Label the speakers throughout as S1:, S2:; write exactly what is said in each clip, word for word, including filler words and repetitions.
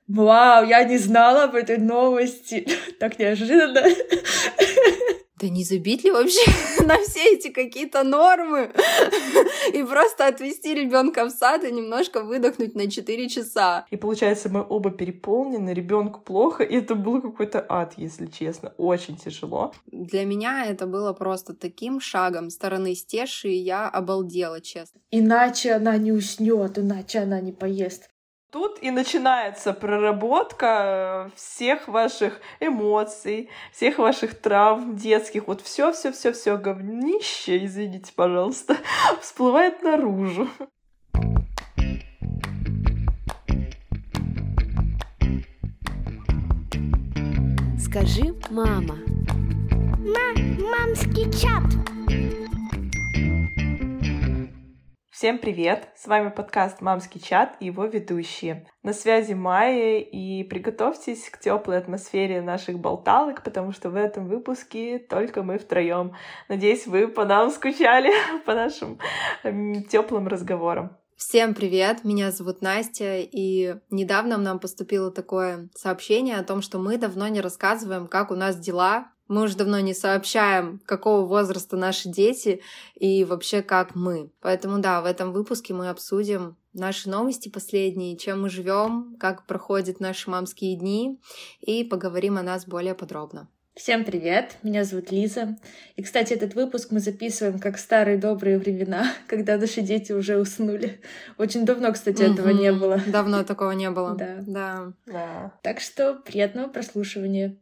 S1: Вау, я не знала об этой новости. Так неожиданно.
S2: Да не забить ли вообще на все эти какие-то нормы и просто отвезти ребенка в сад и немножко выдохнуть на четыре часа.
S3: И получается, мы оба переполнены, ребенку плохо, и это был какой-то ад, если честно, очень тяжело.
S2: Для меня это было просто таким шагом стороны Стеши, и я обалдела, честно.
S1: Иначе она не уснет, иначе она не поест.
S3: Тут и начинается проработка всех ваших эмоций, всех ваших травм детских. Вот все-все-все-все говнище, извините, пожалуйста, всплывает наружу.
S4: Скажи, мама.
S5: Мамский чат.
S3: Всем привет! С вами подкаст «Мамский чат» и его ведущие. На связи Майя, и приготовьтесь к теплой атмосфере наших болталок, потому что в этом выпуске только мы втроем. Надеюсь, вы по нам скучали, по нашим теплым разговорам.
S2: Всем привет, меня зовут Настя, и недавно нам поступило такое сообщение о том, что мы давно не рассказываем, как у нас дела. Мы уже давно не сообщаем, какого возраста наши дети и вообще как мы. Поэтому да, в этом выпуске мы обсудим наши новости последние, чем мы живем, как проходят наши мамские дни, и поговорим о нас более подробно.
S1: Всем привет, меня зовут Лиза. И, кстати, этот выпуск мы записываем как в старые добрые времена, когда наши дети уже уснули. Очень давно, кстати, этого mm-hmm. не было.
S2: Давно такого не было.
S1: Да.
S2: Да.
S3: Да.
S1: Так что приятного прослушивания.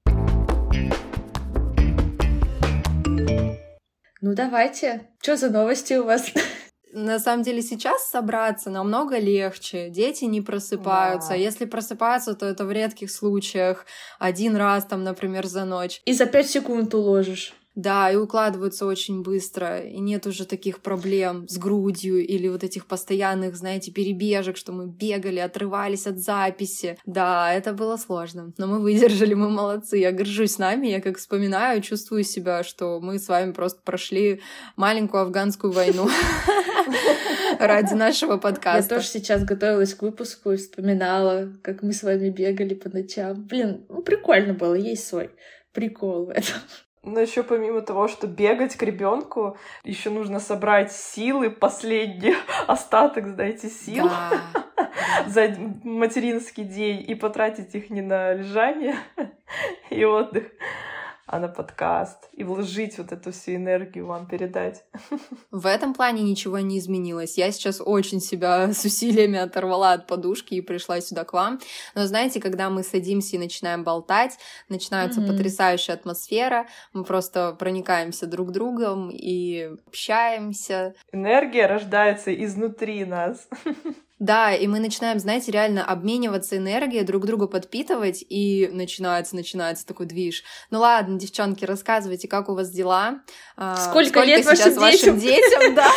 S1: Ну давайте, что за новости у вас?
S2: На самом деле сейчас собраться намного легче. Дети не просыпаются. Да. Если просыпаются, то это в редких случаях. Один раз, там, например, за ночь.
S1: И за пять секунд уложишь.
S2: Да, и укладываются очень быстро, и нет уже таких проблем с грудью или вот этих постоянных, знаете, перебежек, что мы бегали, отрывались от записи. Да, это было сложно, но мы выдержали, мы молодцы. Я горжусь нами, я как вспоминаю, чувствую себя, что мы с вами просто прошли маленькую афганскую войну ради нашего подкаста.
S1: Я тоже сейчас готовилась к выпуску и вспоминала, как мы с вами бегали по ночам. Блин, ну прикольно было, есть свой прикол в этом.
S3: Но еще помимо того, что бегать к ребенку, еще нужно собрать силы, последний остаток, знаете, сил
S2: да.
S3: за материнский день и потратить их не на лежание и отдых, а на подкаст, и вложить вот эту всю энергию вам передать.
S2: В этом плане ничего не изменилось. Я сейчас очень себя с усилиями оторвала от подушки и пришла сюда к вам. Но знаете, когда мы садимся и начинаем болтать, начинается mm-hmm. потрясающая атмосфера, мы просто проникаемся друг другом и общаемся.
S3: Энергия рождается изнутри нас.
S2: Да, и мы начинаем, знаете, реально обмениваться энергией, друг друга подпитывать, и начинается, начинается такой движ. Ну ладно, девчонки, рассказывайте, как у вас дела?
S1: Сколько,
S2: Сколько
S1: лет
S2: сейчас
S1: вашим
S2: вашим детям? Да.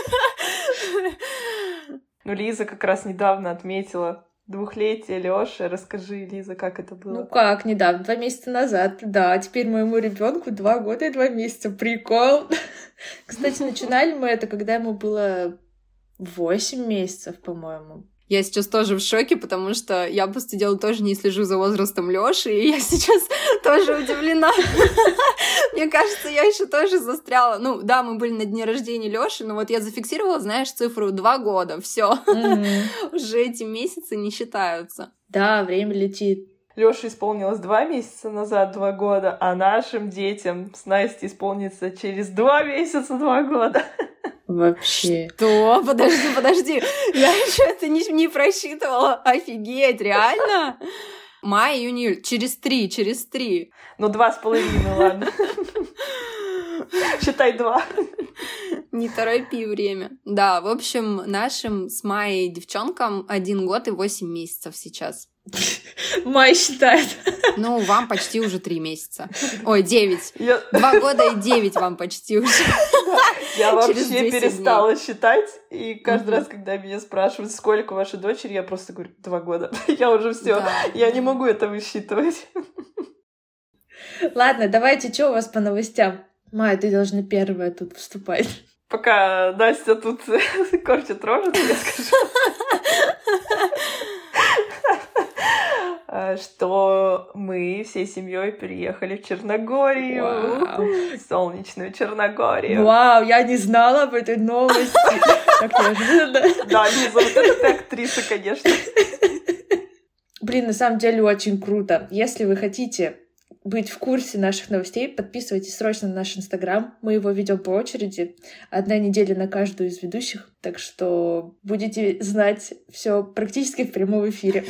S3: Ну, Лиза как раз недавно отметила двухлетие Лёши. Расскажи, Лиза, как это было?
S1: Ну как, недавно, два месяца назад. Да, теперь моему ребенку два года и два месяца. Прикол. Кстати, начинали мы это, когда ему было восемь месяцев, по-моему.
S2: Я сейчас тоже в шоке, потому что я, по сути дела, тоже не слежу за возрастом Лёши, и я сейчас тоже удивлена. Мне кажется, я еще тоже застряла. Ну, да, мы были на дне рождения Лёши, но вот я зафиксировала, знаешь, цифру два года. Все. Уже эти месяцы не считаются.
S1: Да, время летит.
S3: Лёше исполнилось два месяца назад, два года, а нашим детям с Настей исполнится через два месяца, два года.
S1: Вообще.
S2: Что? Подожди, подожди. Я еще это не, не просчитывала. Офигеть, реально? Май, июнь, июль. Через три, через три.
S3: Ну, два с половиной, ладно. Считай два.
S2: Не торопи время. Да, в общем, нашим с Майей девчонкам один год и восемь месяцев сейчас.
S1: Май считает.
S2: Ну, вам почти уже три месяца. Ой, девять.
S3: Я...
S2: Два года и девять вам почти уже.
S3: Я вообще перестала считать. И каждый раз, когда меня спрашивают, сколько вашей дочери, я просто говорю, два года. Я уже все.
S2: Да.
S3: Я не могу это высчитывать.
S1: Ладно, давайте, что у вас по новостям? Майя, ты должна первая тут вступать.
S3: Пока Настя тут корчит рожу, я скажу. что мы всей семьей переехали в Черногорию.
S1: Вау.
S3: Солнечную Черногорию.
S1: Вау, я не знала об этой новости. Так неожиданно.
S3: Да, Лиза, вот это ты актриса, конечно.
S1: Блин, на самом деле очень круто. Если вы хотите быть в курсе наших новостей, подписывайтесь срочно на наш Инстаграм. Мы его ведем по очереди. Одна неделя на каждую из ведущих. Так что будете знать все практически в прямом эфире.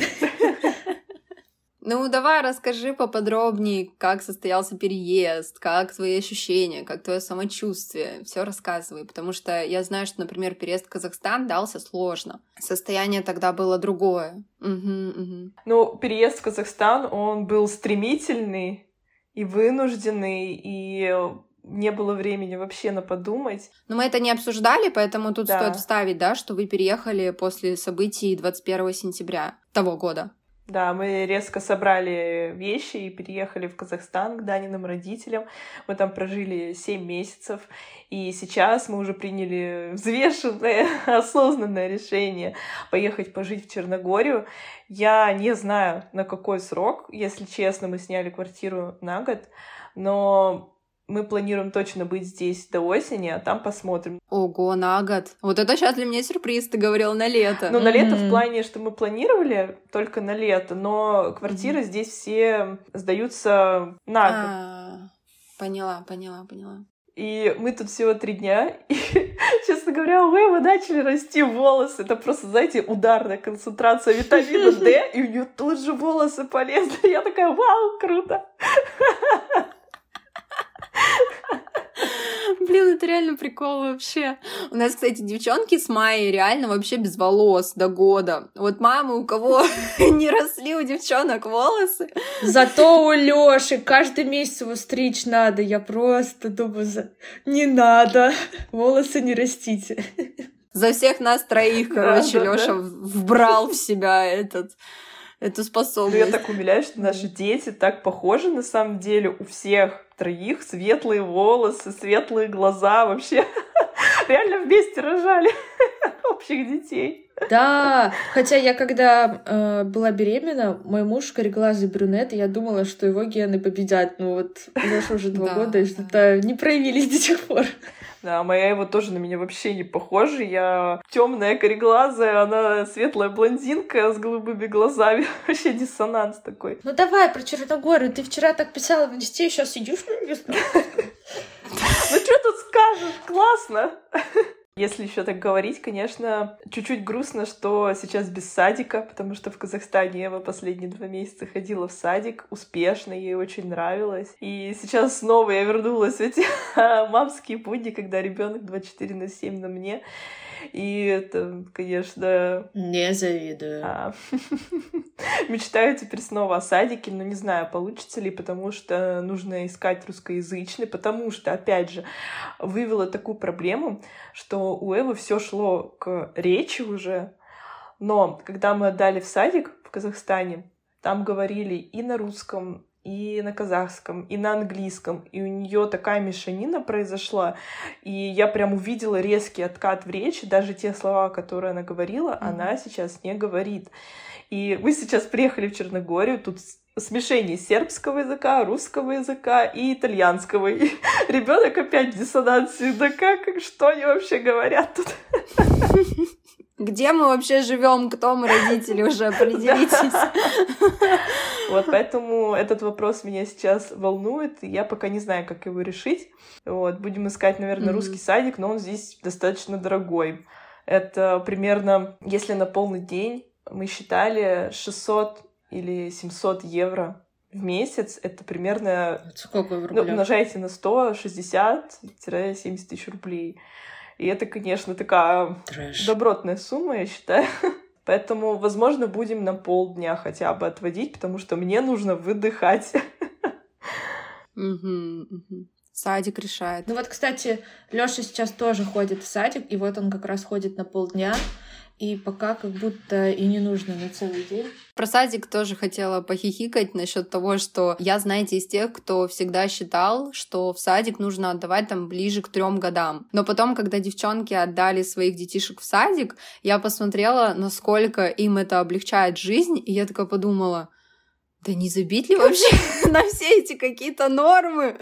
S2: Ну, давай расскажи поподробнее, как состоялся переезд, как твои ощущения, как твое самочувствие. Все рассказывай, потому что я знаю, что, например, переезд в Казахстан дался сложно. Состояние тогда было другое. Угу, угу.
S3: Ну, переезд в Казахстан, он был стремительный и вынужденный, и не было времени вообще на подумать.
S2: Но мы это не обсуждали, поэтому тут
S3: Да.
S2: стоит вставить, да, что вы переехали после событий двадцать первого сентября того года.
S3: Да, мы резко собрали вещи и переехали в Казахстан к Даниным родителям. Мы там прожили семь месяцев, и сейчас мы уже приняли взвешенное, осознанное решение поехать пожить в Черногорию. Я не знаю, на какой срок, если честно, мы сняли квартиру на год, но мы планируем точно быть здесь до осени, а там посмотрим.
S2: Ого, на год. Вот это сейчас для меня сюрприз, ты говорил, на лето.
S3: Ну, на лето
S1: Мгм.
S3: в плане, что мы планировали только на лето, но квартиры здесь все сдаются на год.
S2: А, поняла, поняла, поняла.
S3: И мы тут всего три дня, и, честно говоря, у Эвы начали расти волосы. Это просто, знаете, ударная концентрация витамина D, и у нее тут же волосы полезли. Я такая, вау, круто!
S2: Блин, это реально прикол вообще. У нас, кстати, девчонки с Майей реально вообще без волос до года. Вот мамы, у кого не росли у девчонок волосы.
S1: Зато у Лёши каждый месяц его стричь надо. Я просто думаю, за- не надо. Волосы не растите.
S2: За всех нас троих,
S3: Да,
S2: короче,
S3: да,
S2: Лёша
S3: да.
S2: вбрал в себя этот, эту
S3: Ну, я
S2: способность.
S3: так умиляюсь, что наши дети так похожи на самом деле. У всех троих светлые волосы, светлые глаза. Вообще реально вместе рожали общих детей.
S1: Да, хотя я когда э, была беременна, мой муж кореглазый брюнет, и я думала, что его гены победят. Ну вот, Лёша уже два
S2: Да,
S1: года, и
S2: да.
S1: что-то не проявились до сих пор.
S3: Да, моя его тоже на меня вообще не похожа. Я темная, кореглазая, она светлая блондинка с голубыми глазами. Вообще диссонанс такой.
S1: Ну давай про Черногорию. Ты вчера так писала в инсте, сейчас сидишь.
S3: Ну что тут скажешь? Классно! Если еще так говорить, конечно, чуть-чуть грустно, что сейчас без садика, потому что в Казахстане Ева последние два месяца ходила в садик успешно, ей очень нравилось. И сейчас снова я вернулась в эти мамские будни, когда ребенок двадцать четыре на семь на мне. И это, конечно...
S1: Не завидую.
S3: а, Мечтаю теперь снова о садике, но не знаю, получится ли, потому что нужно искать русскоязычный, потому что, опять же, вывела такую проблему, что у Эвы все шло к речи уже, но когда мы отдали в садик в Казахстане, там говорили и на русском, и на казахском, и на английском, и у нее такая мешанина произошла, и я прям увидела резкий откат в речи, даже те слова, которые она говорила, mm-hmm. она сейчас не говорит. И мы сейчас приехали в Черногорию, тут смешение сербского языка, русского языка и итальянского. И ребенок опять в диссонансе. Да как, что они вообще говорят тут?
S2: Где мы вообще живем? Кто мы, родители, уже определитесь.
S3: Вот поэтому этот вопрос меня сейчас волнует, и я пока не знаю, как его решить. Вот, будем искать, наверное, mm-hmm. русский садик, но он здесь достаточно дорогой. Это примерно, если на полный день, мы считали шестьсот или семьсот евро в месяц. Это примерно...
S1: Сколько в
S3: Ну,
S1: рублях?
S3: умножайте на сто шестьдесят - семьдесят тысяч рублей. И это, конечно, такая
S1: Трэш.
S3: добротная сумма, я считаю. Поэтому, возможно, будем на полдня хотя бы отводить, потому что мне нужно выдыхать.
S2: Садик решает.
S1: Ну вот, кстати, Лёша сейчас тоже ходит в садик, и вот он как раз ходит на полдня, и пока как будто и не нужно на целый день.
S2: Про садик тоже хотела похихикать насчет того, что я, знаете, из тех, кто всегда считал, что в садик нужно отдавать там ближе к трем годам. Но потом, когда девчонки отдали своих детишек в садик, я посмотрела, насколько им это облегчает жизнь, и я такая подумала, да не забить ли вообще на все эти какие-то нормы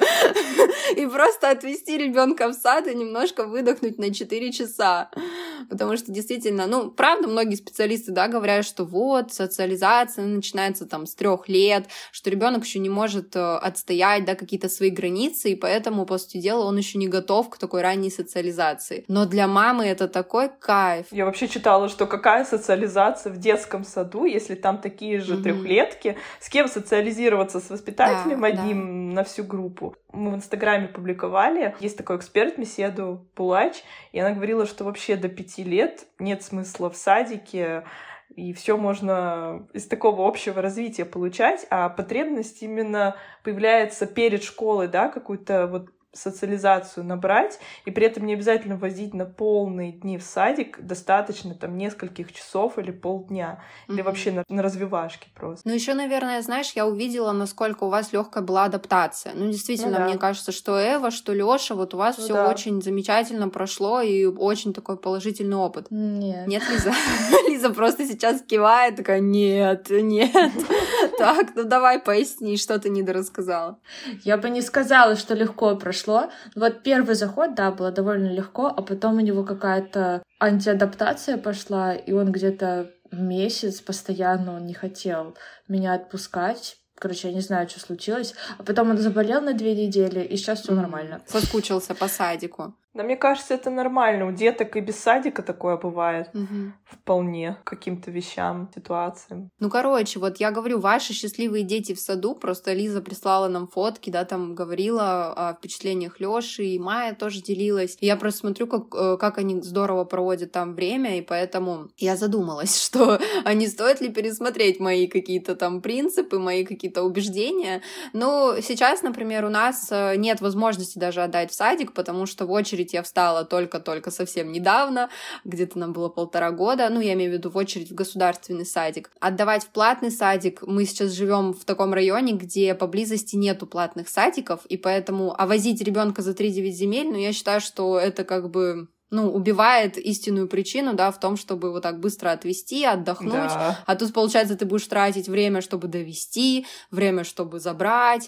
S2: и просто отвезти ребенка в сад и немножко выдохнуть на четыре часа. Потому что действительно, ну, правда, многие специалисты, да, говорят, что вот, социализация начинается там с трех лет, что ребенок еще не может отстоять, да, какие-то свои границы, и поэтому, по сути дела, он еще не готов к такой ранней социализации. Но для мамы это такой кайф.
S3: Я вообще читала, что какая социализация в детском саду, если там такие же mm-hmm. трехлетки, с кем социализироваться, с воспитателем да, одним да. на всю группу. Мы в Инстаграме публиковали, есть такой эксперт Меседу Пулач, и она говорила, что вообще до пяти лет нет смысла в садике, и все можно из такого общего развития получать, а потребность именно появляется перед школой, да, какую-то вот социализацию набрать, и при этом не обязательно возить на полные дни в садик, достаточно там нескольких часов или полдня, mm-hmm. или вообще на, на развивашке просто.
S2: Ну еще, наверное, знаешь, я увидела, насколько у вас легкая была адаптация. Ну действительно, ну, да. мне кажется, что Эва, что Лёша, вот у вас ну, все да. очень замечательно прошло и очень такой положительный опыт.
S1: Нет.
S2: Нет, Лиза? Лиза просто сейчас кивает, такая, нет, нет. Так, ну давай поясни, что ты недорассказала.
S1: Я бы не сказала, что легко прошло. Вот первый заход, да, было довольно легко, а потом у него какая-то антиадаптация пошла, и он где-то месяц постоянно он не хотел меня отпускать. Короче, я не знаю, что случилось. А потом он заболел на две недели, и сейчас все нормально.
S2: Соскучился по садику.
S3: Да, мне кажется, это нормально. У деток и без садика такое бывает.
S2: Угу.
S3: Вполне. Каким-то вещам, ситуациям.
S2: Ну, короче, вот я говорю, ваши счастливые дети в саду. Просто Лиза прислала нам фотки, да, там говорила о впечатлениях Лёши, и Майя тоже делилась. И я просто смотрю, как, как они здорово проводят там время, и поэтому я задумалась, что а не стоит ли пересмотреть мои какие-то там принципы, мои какие-то убеждения. Ну, сейчас, например, у нас нет возможности даже отдать в садик, потому что в очередь я встала только-только совсем недавно, где-то нам было полтора года, ну, я имею в виду в очередь в государственный садик. Отдавать в платный садик, мы сейчас живем в таком районе, где поблизости нету платных садиков, и поэтому, а возить ребенка за три-девять земель, ну, я считаю, что это как бы... ну, убивает истинную причину, да, в том, чтобы вот так быстро отвезти, отдохнуть. Да. А тут, получается, ты будешь тратить время, чтобы довести, время, чтобы забрать.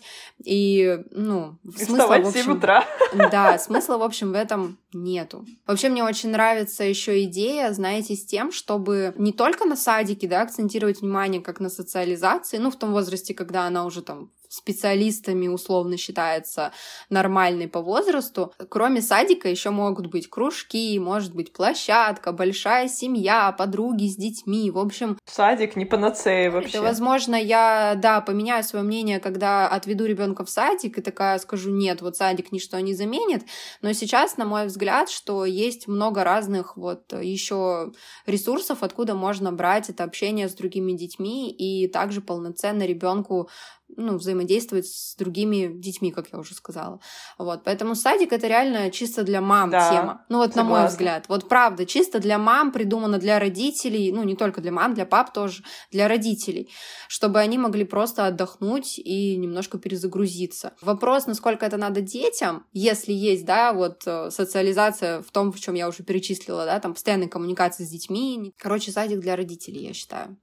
S2: И, ну,
S3: и смысла, в общем... в семь утра.
S2: Да, смысла, в общем, в этом нету. Вообще, мне очень нравится еще идея, знаете, с тем, чтобы не только на садике, да, акцентировать внимание, как на социализации, ну, в том возрасте, когда она уже там специалистами условно считается нормальной по возрасту. Кроме садика еще могут быть кружки, может быть площадка, большая семья, подруги с детьми. В общем...
S3: Садик не панацея вообще.
S2: Это, возможно, я, да, поменяю свое мнение, когда отведу ребенка в садик и такая скажу, нет, вот садик ничто не заменит. Но сейчас, на мой взгляд, что есть много разных вот еще ресурсов, откуда можно брать это общение с другими детьми и также полноценно ребенку ну, взаимодействовать с другими детьми, как я уже сказала. Вот. Поэтому садик — это реально чисто для мам
S3: да,
S2: тема. Ну вот согласна. На мой взгляд. Вот правда, чисто для мам, придумано для родителей, ну не только для мам, для пап тоже, для родителей, чтобы они могли просто отдохнуть и немножко перезагрузиться. Вопрос, насколько это надо детям, если есть, да, вот социализация в том, в чем я уже перечислила, да, там постоянная коммуникация с детьми. Короче, садик для родителей, я считаю.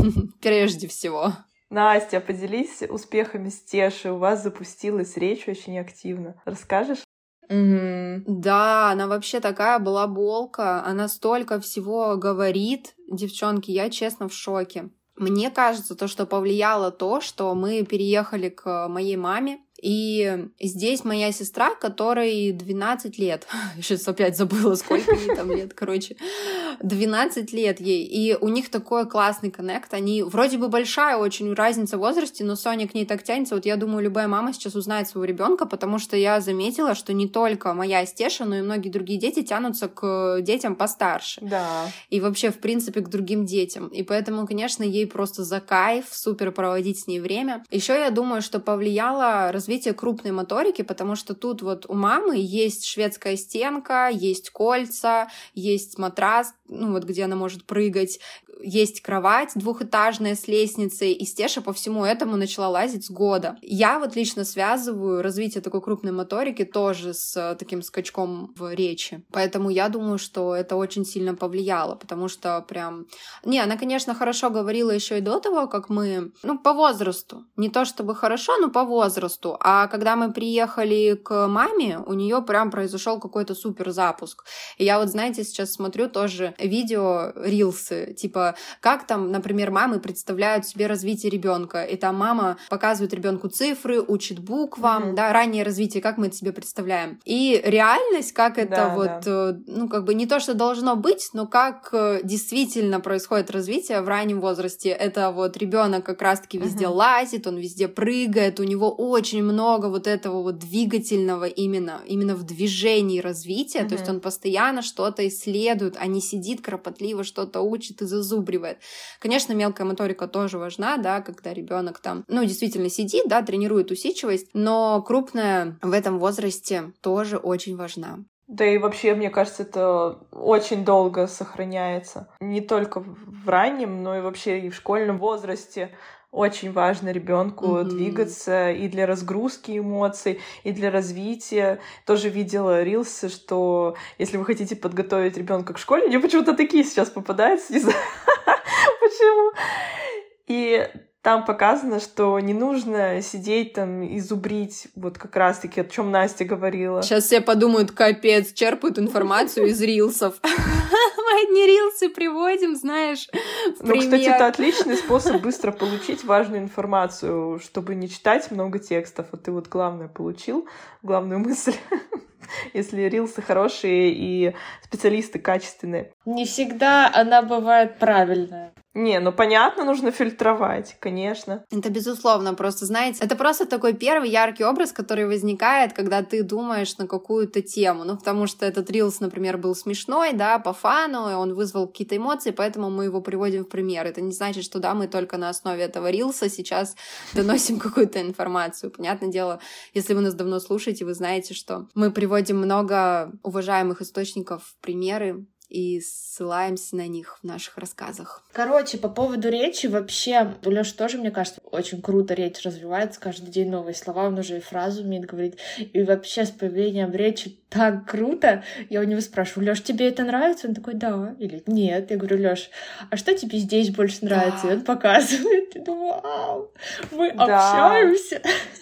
S2: Прежде всего.
S3: Настя, поделись успехами Стеши. У вас запустилась речь очень активно. Расскажешь?
S2: Mm-hmm. Да, она вообще такая балаболка. Она столько всего говорит. Девчонки, я честно в шоке. Мне кажется, то, что повлияло то, что мы переехали к моей маме. И здесь моя сестра, которой двенадцать лет. Сейчас опять забыла, сколько ей там лет, короче. двенадцать лет ей. И у них такой классный коннект. Они вроде бы большая очень разница в возрасте, но Соня к ней так тянется. Вот я думаю, любая мама сейчас узнает своего ребенка, потому что я заметила, что не только моя Стеша, но и многие другие дети тянутся к детям постарше.
S3: Да.
S2: И вообще, в принципе, к другим детям. И поэтому, конечно, ей просто за кайф супер проводить с ней время. Еще я думаю, что повлияло развитие крупной моторики, потому что тут вот у мамы есть шведская стенка, есть кольца, есть матрас, ну вот где она может прыгать. есть кровать двухэтажная с лестницей, и Стеша по всему этому начала лазить с года. Я вот лично связываю развитие такой крупной моторики тоже с таким скачком в речи. Поэтому я думаю, что это очень сильно повлияло, потому что прям... Не, она, конечно, хорошо говорила еще и до того, как мы... Ну, по возрасту. Не то чтобы хорошо, но по возрасту. А когда мы приехали к маме, у нее прям произошел какой-то супер запуск. И я вот, знаете, сейчас смотрю тоже видео, рилсы, типа, как там, например, мамы представляют себе развитие ребенка, и там мама показывает ребенку цифры, учит буквам, mm-hmm. да, раннее развитие, как мы это себе представляем. И реальность, как это да, вот, да. ну, как бы не то, что должно быть, но как действительно происходит развитие в раннем возрасте. Это вот ребенок как раз-таки везде mm-hmm. лазит, он везде прыгает, у него очень много вот этого вот двигательного именно, именно в движении развития, mm-hmm. то есть он постоянно что-то исследует, а не сидит кропотливо, что-то учит и зазубривает. Конечно, мелкая моторика тоже важна, да, когда ребенок там, ну, действительно сидит, да, тренирует усидчивость, но крупная в этом возрасте тоже очень важна.
S3: Да и вообще, мне кажется, это очень долго сохраняется. Не только в раннем, но и вообще и в школьном возрасте. Очень важно ребенку mm-hmm. двигаться и для разгрузки эмоций, и для развития. Тоже видела рилсы, что если вы хотите подготовить ребенка к школе, мне почему-то такие сейчас попадаются, не знаю почему. И там показано, что не нужно сидеть там и зубрить, вот как раз-таки, о чем Настя говорила.
S2: Сейчас все подумают, капец, черпают информацию из рилсов. Мы одни рилсы приводим, знаешь, в
S3: пример. Ну, кстати, это отличный способ быстро получить важную информацию, чтобы не читать много текстов, а ты вот главное получил, главную мысль. Если рилсы хорошие и специалисты качественные.
S1: Не всегда она бывает правильная.
S3: Не, ну понятно, нужно фильтровать, конечно.
S2: Это безусловно, просто, знаете, это просто такой первый яркий образ, который возникает, когда ты думаешь на какую-то тему. Ну, потому что этот рилс, например, был смешной, да, по фану, и он вызвал какие-то эмоции, поэтому мы его приводим в пример. Это не значит, что, да, мы только на основе этого рилса сейчас доносим какую-то информацию. Понятное дело, если вы нас давно слушаете, вы знаете, что мы приводим много уважаемых источников в примеры, и ссылаемся на них в наших рассказах.
S1: Короче, по поводу речи вообще, у Лёши тоже, мне кажется, очень круто речь развивается, каждый день новые слова, он уже и фразу умеет говорить, и вообще с появлением речи так круто. Я у него спрашиваю: Лёш, тебе это нравится? Он такой: да. Или нет. Я говорю: Лёш, а что тебе здесь больше нравится? Да. И он показывает. Я думаю: вау, мы да. общаемся.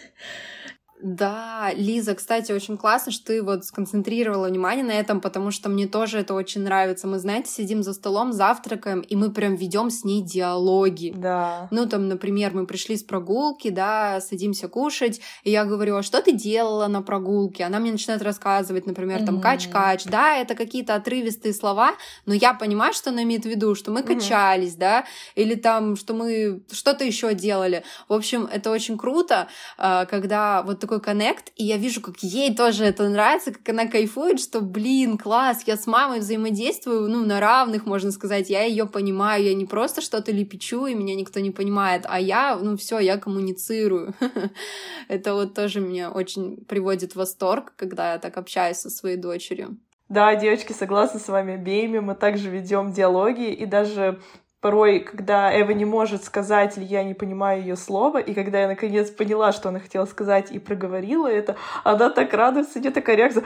S2: Да, Лиза, кстати, очень классно, что ты вот сконцентрировала внимание на этом, потому что мне тоже это очень нравится. Мы, знаете, сидим за столом, завтракаем, и мы прям ведем с ней диалоги.
S3: Да.
S2: Ну, там, например, мы пришли с прогулки, да, садимся кушать, и я говорю: а что ты делала на прогулке? Она мне начинает рассказывать, например, там, кач-кач. Да, это какие-то отрывистые слова, но я понимаю, что она имеет в виду, что мы качались, да, или там, что мы что-то еще делали. В общем, это очень круто, когда вот такой коннект, и я вижу, как ей тоже это нравится, как она кайфует, что, блин, класс, я с мамой взаимодействую, ну, на равных, можно сказать, я ее понимаю, я не просто что-то лепечу, и меня никто не понимает, а я, ну, все, я коммуницирую. Это вот тоже меня очень приводит в восторг, когда я так общаюсь со своей дочерью.
S3: Да, девочки, согласна с вами обеими, мы также ведем диалоги, и даже порой, когда Эва не может сказать, или я не понимаю ее слова, и когда я наконец поняла, что она хотела сказать, и проговорила это, она так радуется, у нее такая реакция.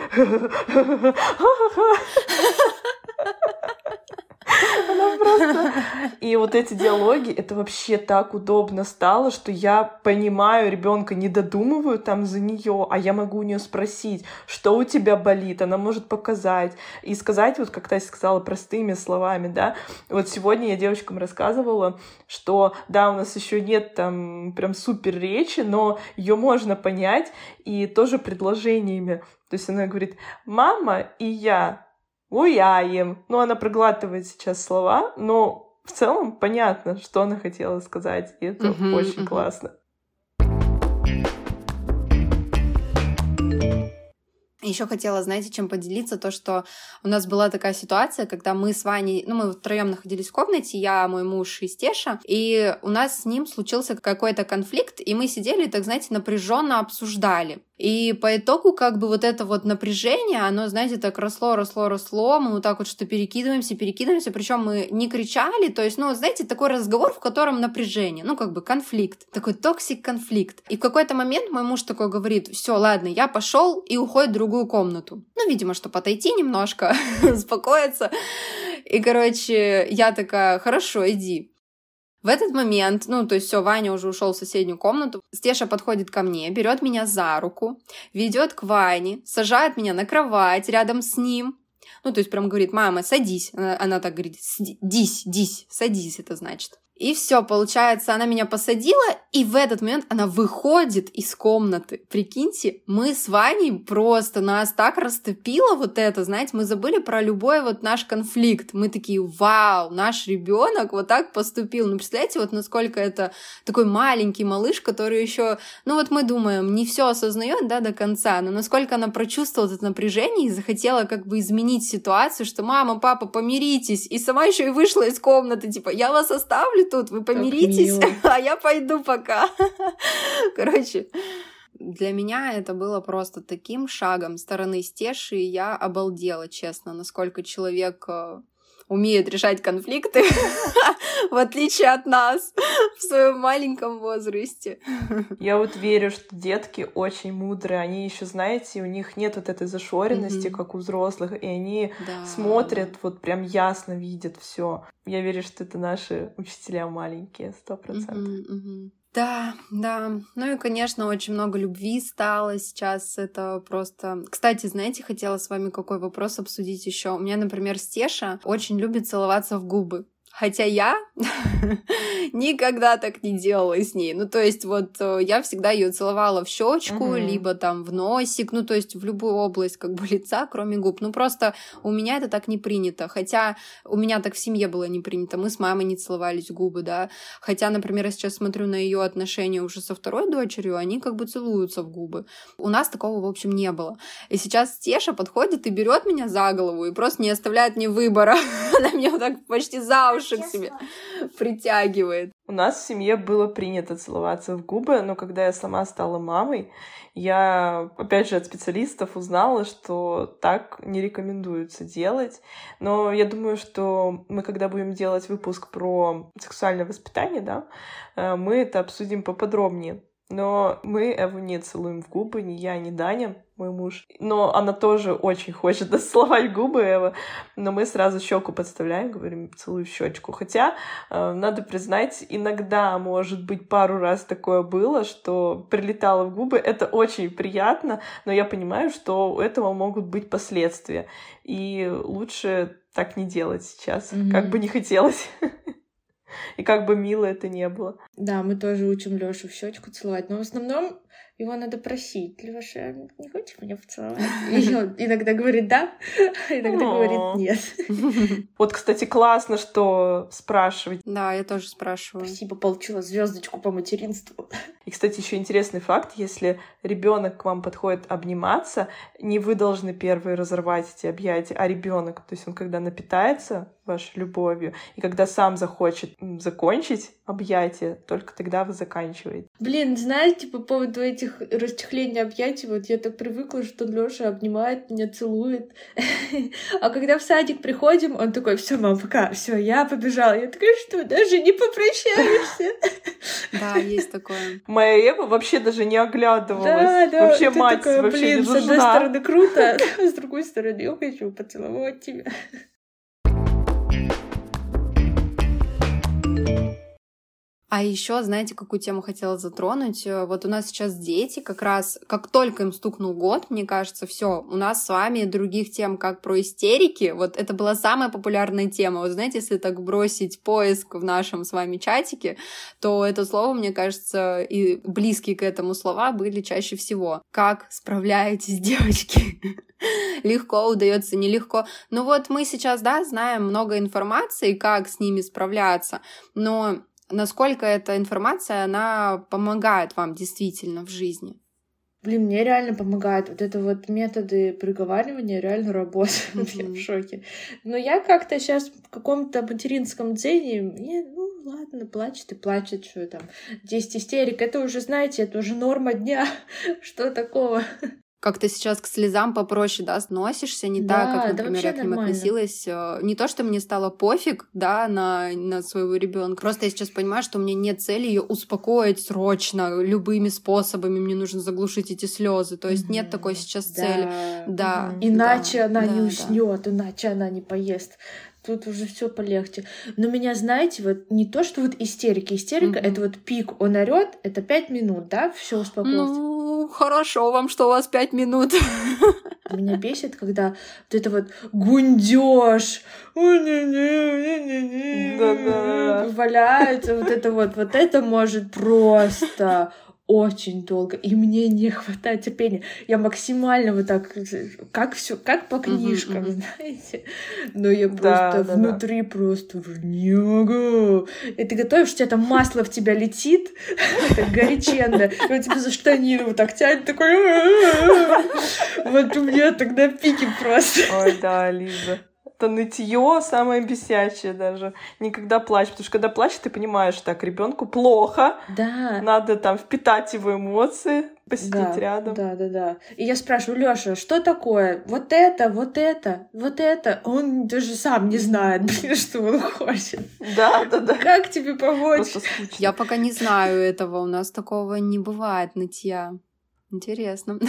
S3: Она просто... И вот эти диалоги, это вообще так удобно стало, что я понимаю ребенка, не додумываю там за нее, а я могу у нее спросить, что у тебя болит, она может показать. И сказать, вот как Тася сказала, простыми словами, да. Вот сегодня я девочкам рассказывала, что да, у нас еще нет там прям супер речи, но ее можно понять, и тоже предложениями. То есть она говорит: мама и я гуляем. Ну, она проглатывает сейчас слова, но в целом понятно, что она хотела сказать, и это uh-huh, очень uh-huh. классно.
S2: Еще хотела, знаете, чем поделиться, то, что у нас была такая ситуация, когда мы с Ваней, ну, мы втроем находились в комнате, я, мой муж и Стеша, и у нас с ним случился какой-то конфликт, и мы сидели и, так знаете, напряженно обсуждали. И по итогу как бы вот это вот напряжение, оно, знаете, так росло, росло, росло, мы вот так вот что перекидываемся, перекидываемся, причем мы не кричали, то есть, ну, знаете, такой разговор, в котором напряжение, ну, как бы конфликт, такой токсик конфликт. И в какой-то момент мой муж такой говорит: все, ладно, я пошел, и уходит в другую комнату. Ну, видимо, чтобы отойти немножко, успокоиться. И, короче, я такая: хорошо, иди. В этот момент, ну, то есть все, Ваня уже ушел в соседнюю комнату, Стеша подходит ко мне, берет меня за руку, ведет к Ване, сажает меня на кровать рядом с ним. Ну, то есть прям говорит: мама, садись. Она, она так говорит: дись, дись, садись, это значит. И все, получается, она меня посадила, и в этот момент она выходит из комнаты. Прикиньте, мы с Ваней просто, нас так растопило вот это, знаете, мы забыли про любой вот наш конфликт. Мы такие: вау, наш ребенок вот так поступил. Ну, представляете, вот насколько это такой маленький малыш, который еще, ну вот мы думаем, не все осознает, да, до конца, но насколько она прочувствовала это напряжение и захотела как бы изменить ситуацию, что мама, папа, помиритесь, и сама еще и вышла из комнаты, типа: я вас оставлю тут, вы помиритесь, а я пойду пока. Короче, для меня это было просто таким шагом со стороны Стеши, и я обалдела, честно, насколько человек умеет решать конфликты, в отличие от нас, в своем маленьком возрасте.
S3: Я вот верю, что детки очень мудрые, они еще, знаете, у них нет вот этой зашоренности, mm-hmm. как у взрослых, и они да, смотрят, да. вот прям ясно видят все. Я верю, что это наши учителя маленькие, сто процентов. Mm-hmm, mm-hmm.
S2: Да, да. Ну и, конечно, очень много любви стало сейчас. Это просто... Кстати, знаете, хотела с вами какой вопрос обсудить еще. У меня, например, Стеша очень любит целоваться в губы. Хотя я никогда так не делала с ней. Ну, то есть вот я всегда ее целовала в щечку, uh-huh. либо там в носик, ну, то есть в любую область как бы лица, кроме губ. Ну, просто у меня это так не принято. Хотя у меня так в семье было не принято. Мы с мамой не целовались в губы, да. Хотя, например, я сейчас смотрю на ее отношения уже со второй дочерью, они как бы целуются в губы. У нас такого, в общем, не было. И сейчас Стеша подходит и берет меня за голову и просто не оставляет мне выбора. Она меня вот так почти за уши к себе притягивает.
S3: У нас в семье было принято целоваться в губы, но когда я сама стала мамой, я, опять же, от специалистов узнала, что так не рекомендуется делать. Но я думаю, что мы, когда будем делать выпуск про сексуальное воспитание, да, мы это обсудим поподробнее. Но мы Эву не целуем в губы, ни я, ни Даня, мой муж. Но она тоже очень хочет доцеловать губы Эва, но мы сразу щеку подставляем, говорим: целуй в щечку. Хотя, э, надо признать, иногда, может быть, пару раз такое было, что прилетало в губы. Это очень приятно, но я понимаю, что у этого могут быть последствия. И лучше так не делать сейчас, mm-hmm. как бы не хотелось. И как бы мило это не было.
S1: Да, мы тоже учим Лёшу в щечку целовать, но в основном его надо просить: Лёша, не хочешь меня поцеловать? И он иногда говорит да, иногда говорит нет.
S3: Вот, кстати, классно, что спрашивать.
S2: Да, я тоже спрашиваю.
S1: Спасибо, получила звездочку по материнству.
S3: И, кстати, еще интересный факт: если ребенок к вам подходит обниматься, не вы должны первые разорвать эти объятия, а ребенок. То есть он, когда напитается вашей любовью, и когда сам захочет закончить объятие, только тогда вы заканчиваете.
S1: Блин, знаете, по поводу этих расчехления объятий, вот я так привыкла, что Лёша обнимает меня, целует. А когда в садик приходим, он такой: все, мам, пока, все, я побежала. Я такая: что, даже не попрощаешься?
S2: Да, есть такое.
S3: Моя Ева вообще даже не оглядывалась. Да, да. Вообще мать
S1: такая,
S3: вообще
S1: блин,
S3: не нужна.
S1: С одной стороны круто, а с другой стороны я хочу поцеловать тебя.
S2: А еще, знаете, какую тему хотела затронуть? Вот у нас сейчас дети, как раз, как только им стукнул год, мне кажется, все, у нас с вами других тем, как про истерики, вот это была самая популярная тема. Вот знаете, если так бросить поиск в нашем с вами чатике, то это слово, мне кажется, и близкие к этому слова были чаще всего. Как справляетесь, девочки? Легко удается, нелегко. Ну вот мы сейчас, да, знаем много информации, как с ними справляться, но насколько эта информация, она помогает вам действительно в жизни?
S1: Блин, мне реально помогает. Вот это вот методы проговаривания реально работают. Mm-hmm. Я в шоке. Но я как-то сейчас в каком-то материнском дзене, мне, ну, ладно, плачет и плачет, что там. десять истерик, это уже, знаете, это уже норма дня. Что такого?
S2: Как ты сейчас к слезам попроще, да, сносишься, не
S1: Да,
S2: так, как,
S1: да
S2: например,
S1: вообще
S2: я к ним
S1: нормально.
S2: относилась. э, Не то, что мне стало пофиг, да, на, на своего ребенка. Просто я сейчас понимаю, что у меня нет цели ее успокоить срочно, любыми способами. Мне нужно заглушить эти слезы. То есть нет такой сейчас цели. Да.
S1: Мгм. Иначе
S2: да,
S1: она
S2: да,
S1: не
S2: да.
S1: уснет, иначе она не поест. Тут уже все полегче. Но меня, знаете, вот не то, что вот истерика. Истерика
S2: Мгм.
S1: это вот пик, он орет, это пять минут, да, все успокоится.
S2: Ну, хорошо вам, что у вас пять минут.
S1: Меня бесит, когда вот это вот гундёж,
S3: Да-да.
S1: валяется, вот это вот, вот это может просто очень долго, и мне не хватает терпения. Я максимально вот так, как все, как по книжкам,
S2: Мгм, мгм.
S1: знаете. Но я
S3: Да,
S1: просто
S3: да, да.
S1: внутри просто не могу. И ты готовишь, у тебя там масло в тебя летит, так горяченное, и он тебя за штанину вот так тянет, такой... Вот у меня тогда пики просто.
S3: Ой, да, Лиза. Это нытье самое бесячее даже. Никогда плачь, потому что когда плачешь, ты понимаешь, так, ребенку плохо,
S1: Да.
S3: надо там впитать его эмоции, посидеть
S1: Да,
S3: рядом.
S1: да, да, да. И я спрашиваю, Лёша, что такое? Вот это, вот это, вот это. Он даже сам не знает, блин, что он хочет.
S3: Да, да, да.
S1: Как тебе помочь?
S3: Просто скучно.
S2: Я пока не знаю этого. У нас такого не бывает нытья. Интересно.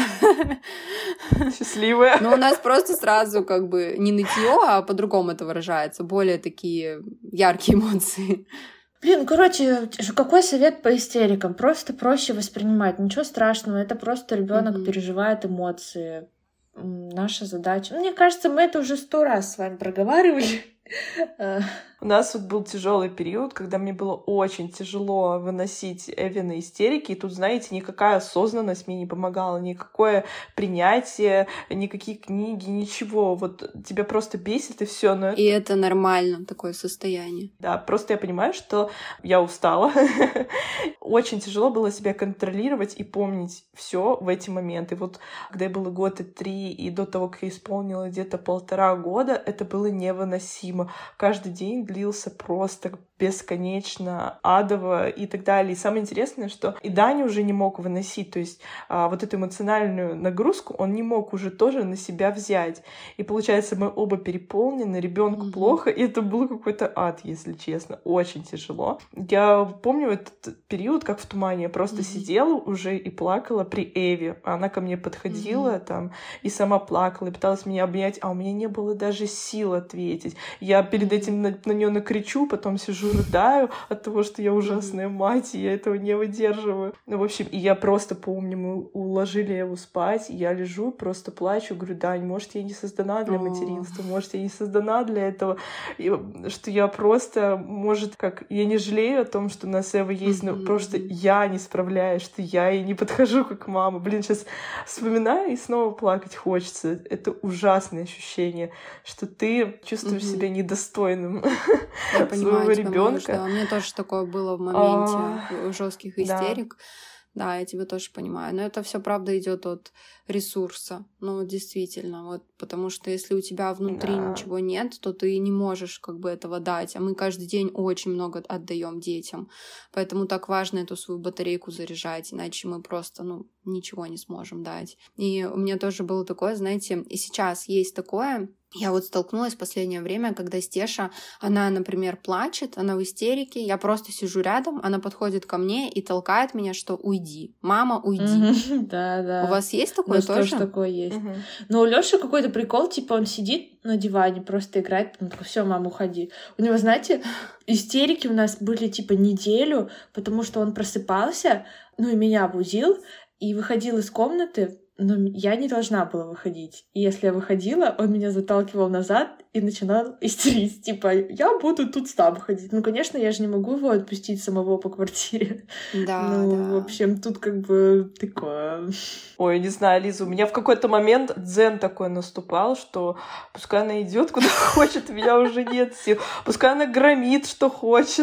S3: Счастливая.
S2: Но у нас просто сразу как бы не нытье, а по-другому это выражается. Более такие яркие эмоции.
S1: Блин, короче, какой совет по истерикам? Просто проще воспринимать. Ничего страшного, это просто ребенок
S2: Мгм.
S1: переживает эмоции. М, Наша задача. Мне кажется, мы это уже сто раз с вами проговаривали. Э,
S3: У нас вот был тяжелый период, когда мне было очень тяжело выносить Эвины истерики, и тут, знаете, никакая осознанность мне не помогала, никакое принятие, никакие книги, ничего. Вот тебя просто бесит, и все. Но
S2: И это нормально, такое состояние.
S3: да, просто я понимаю, что я устала. Очень тяжело было себя контролировать и помнить все в эти моменты. Вот когда я была год и три, и до того, как я исполнила где-то полтора года, это было невыносимо. Каждый день длился просто бесконечно, адово и так далее. И самое интересное, что и Даня уже не мог выносить, то есть а, вот эту эмоциональную нагрузку он не мог уже тоже на себя взять. И получается, мы оба переполнены, ребенку
S2: Мгм.
S3: плохо, и это был какой-то ад, если честно, очень тяжело. Я помню этот период, как в тумане, я просто
S2: Мгм.
S3: сидела уже и плакала при Эве. Она ко мне подходила
S2: Мгм.
S3: там и сама плакала, и пыталась меня обнять, а у меня не было даже сил ответить. Я перед этим на, на нее накричу, потом сижу, рыдаю от того, что я ужасная мать, и я этого не выдерживаю. Ну, в общем, и я просто помню, мы уложили его спать, и я лежу, просто плачу, говорю, Дань, может, я не создана для
S2: О.
S3: материнства, может, я не создана для этого, и что я просто, может, как, я не жалею о том, что у нас Эва есть, но
S2: Мгм.
S3: просто я не справляюсь, что я ей не подхожу как мама. Блин, сейчас вспоминаю и снова плакать хочется. Это ужасное ощущение, что ты чувствуешь
S2: Мгм.
S3: себя недостойным
S2: Я понимаю
S3: своего
S2: тебя, малыш,
S3: ребенка.
S2: да. У меня тоже такое было в
S3: А,
S2: моменте жестких
S3: да.
S2: истерик. Да, я тебя тоже понимаю. Но это все правда идет от ресурса. Ну, действительно, вот потому что если у тебя внутри
S3: Да.
S2: ничего нет, то ты не можешь как бы этого дать. А мы каждый день очень много отдаем детям. Поэтому так важно эту свою батарейку заряжать, иначе мы просто, ну, ничего не сможем дать. И у меня тоже было такое, знаете, и сейчас есть такое. Я вот столкнулась в последнее время, когда Стеша, она, например, плачет, она в истерике, я просто сижу рядом, она подходит ко мне и толкает меня, что уйди, мама, уйди.
S1: Мгм. Да, да.
S2: У вас есть
S1: У
S2: такое
S1: нас тоже
S2: тоже?
S1: такое есть.
S3: Мгм.
S1: Но у Лёши какой-то прикол, типа он сидит на диване, просто играет, потом такой, все, мама, уходи. У него, знаете, истерики у нас были типа неделю, потому что он просыпался, ну и меня будил, и выходил из комнаты, но я не должна была выходить. И если я выходила, он меня заталкивал назад и начинал истерить. Типа, я буду тут с тобой ходить. Ну, конечно, я же не могу его отпустить самого по квартире.
S2: Да,
S1: Ну,
S2: да.
S1: в общем, тут как бы такое...
S3: Ой, не знаю, Лиза, у меня в какой-то момент дзен такой наступал, что пускай она идет куда хочет, у меня уже нет сил. Пускай она громит, что хочет.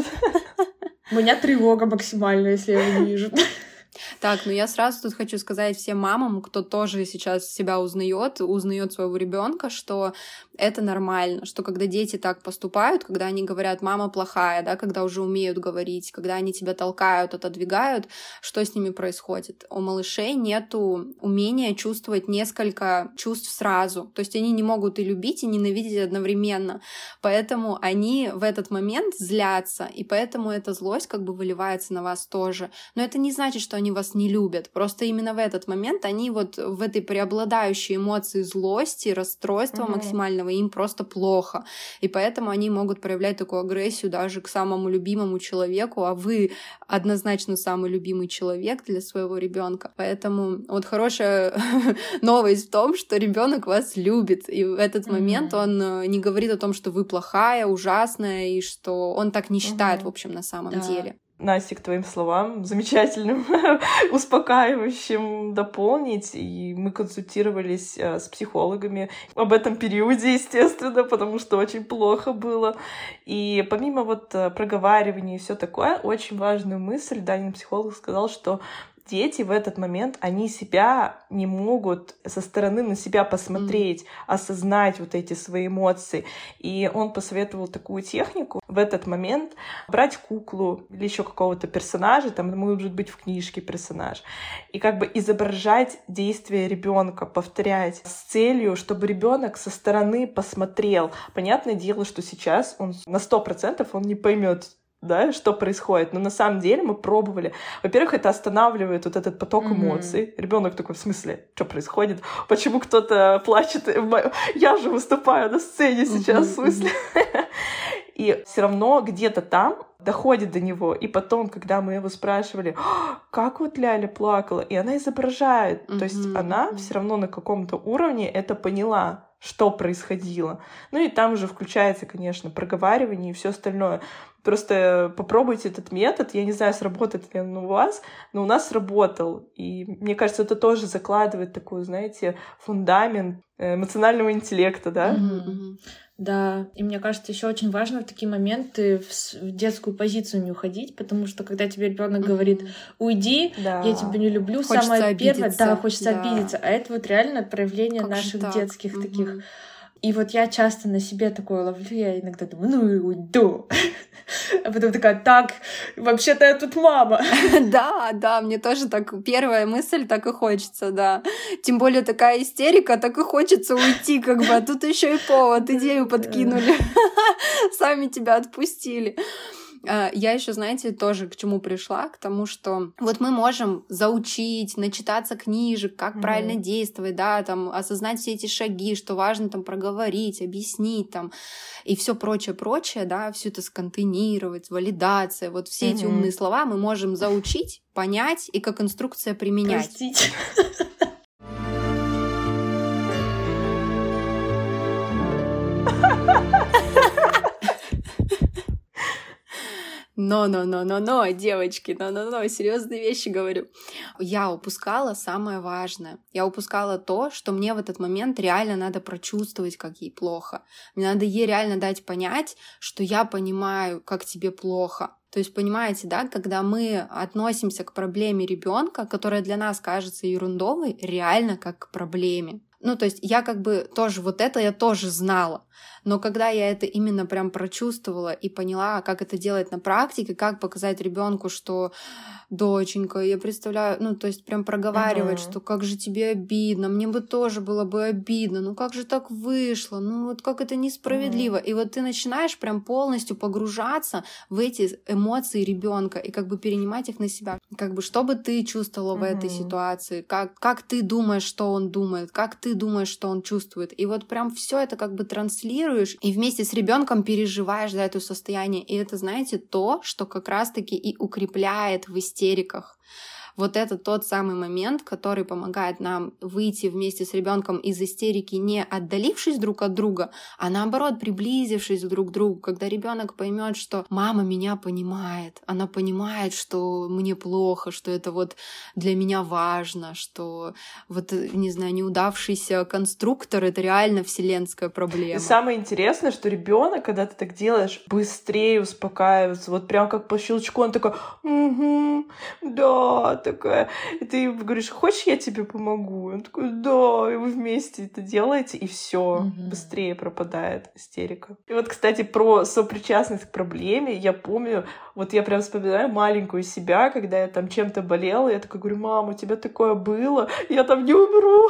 S1: У меня тревога максимальная, если я его не вижу.
S2: Так, ну я сразу тут хочу сказать всем мамам, кто тоже сейчас себя узнает, узнает своего ребенка, что это нормально, что когда дети так поступают, когда они говорят «мама плохая», да, когда уже умеют говорить, когда они тебя толкают, отодвигают, что с ними происходит? У малышей нету умения чувствовать несколько чувств сразу, то есть они не могут и любить, и ненавидеть одновременно, поэтому они в этот момент злятся, и поэтому эта злость как бы выливается на вас тоже. Но это не значит, что они вас не любят, просто именно в этот момент они вот в этой преобладающей эмоции злости, расстройства mm-hmm. максимального, им просто плохо. И поэтому они могут проявлять такую агрессию даже к самому любимому человеку, а вы однозначно самый любимый человек для своего ребенка. Поэтому вот хорошая новость в том, что ребенок вас любит. И в этот mm-hmm. момент он не говорит о том, что вы плохая, ужасная, и что он так не считает, mm-hmm. в общем, на самом да. деле.
S3: Настя, к твоим словам, замечательным, успокаивающим дополнить. И мы консультировались с психологами об этом периоде, естественно, потому что очень плохо было. И помимо вот проговаривания и все такое, очень важную мысль Данин психолог сказал, что дети в этот момент, они себя не могут со стороны на себя посмотреть, mm-hmm. осознать вот эти свои эмоции. И он посоветовал такую технику в этот момент брать куклу или еще какого-то персонажа, там может быть в книжке персонаж, и как бы изображать действия ребенка, повторять с целью, чтобы ребенок со стороны посмотрел. Понятное дело, что сейчас он на сто процентов он не поймет, да, что происходит. Но на самом деле мы пробовали. Во-первых, это останавливает вот этот поток mm-hmm. эмоций. Ребенок такой, в смысле, что происходит? Почему кто-то плачет? Я же выступаю на сцене сейчас, mm-hmm. в смысле? И все равно где-то там доходит до него. И потом, когда мы его спрашивали, как вот Ляля плакала, и она изображает. Mm-hmm. То есть она все равно на каком-то уровне это поняла, что происходило. Ну и там уже включается, конечно, проговаривание и все остальное. Просто попробуйте этот метод. Я не знаю, сработает ли он у вас, но у нас сработал. И мне кажется, это тоже закладывает такой, знаете, фундамент эмоционального интеллекта, да?
S1: Mm-hmm. Да, и мне кажется, еще очень важно в такие моменты в, в детскую позицию не уходить, потому что когда тебе ребенок mm-hmm. говорит «уйди, да. я тебя не люблю», хочется самое обидеться. Первое, да, хочется да. обидеться, а это вот реально проявление как наших детских mm-hmm. таких. И вот я часто на себе такое ловлю, я иногда думаю, ну и уйду. А потом такая, так, вообще-то я тут мама.
S2: Да, да, мне тоже так, первая мысль так и хочется, да. Тем более такая истерика, так и хочется уйти, как бы, а тут еще и повод, идею подкинули. Сами тебя отпустили. Я еще, знаете, тоже к чему пришла, к тому, что вот мы можем заучить, начитаться книжек, как mm-hmm. правильно действовать, да, там, осознать все эти шаги, что важно там проговорить, объяснить там, и все прочее-прочее, да, все это сконтейнировать, валидация, вот все mm-hmm. эти умные слова мы можем заучить, понять и как инструкция применять.
S1: Простите.
S2: Но-но-но-но-но, девочки, но-но-но, серьезные вещи говорю. Я упускала самое важное. Я упускала то, что мне в этот момент реально надо прочувствовать, как ей плохо. Мне надо ей реально дать понять, что я понимаю, как тебе плохо. То есть, понимаете, да, когда мы относимся к проблеме ребенка, которая для нас кажется ерундовой, реально как к проблеме. Ну, то есть я как бы тоже, вот это я тоже знала, но когда я это именно прям прочувствовала и поняла, как это делать на практике, как показать ребенку, что доченька, я представляю, ну, то есть прям проговаривать, uh-huh. что как же тебе обидно, мне бы тоже было бы обидно, ну как же так вышло, ну вот как это несправедливо. Uh-huh. И вот ты начинаешь прям полностью погружаться в эти эмоции ребенка и как бы перенимать их на себя. Как бы что бы ты чувствовала uh-huh. в этой ситуации, как, как ты думаешь, что он думает, как ты думаешь, что он чувствует. И вот прям все это как бы транслируешь и вместе с ребенком переживаешь за это состояние. И это, знаете, то, что как раз-таки и укрепляет в истериках. Вот это тот самый момент, который помогает нам выйти вместе с ребенком из истерики, не отдалившись друг от друга, а наоборот приблизившись друг к другу, когда ребенок поймет, что мама меня понимает, она понимает, что мне плохо, что это вот для меня важно, что вот, не знаю, неудавшийся конструктор — это реально вселенская проблема.
S3: И самое интересное, что ребенок, когда ты так делаешь, быстрее успокаивается, вот прям как по щелчку он такой, угу, да, такая. И ты говоришь, хочешь, я тебе помогу? Он такой, да, и вы вместе это делаете, и все mm-hmm. быстрее пропадает истерика. И вот, кстати, про сопричастность к проблеме, я помню, вот я прям вспоминаю маленькую себя, когда я там чем-то болела, я такая говорю, мама, у тебя такое было, я там не умру.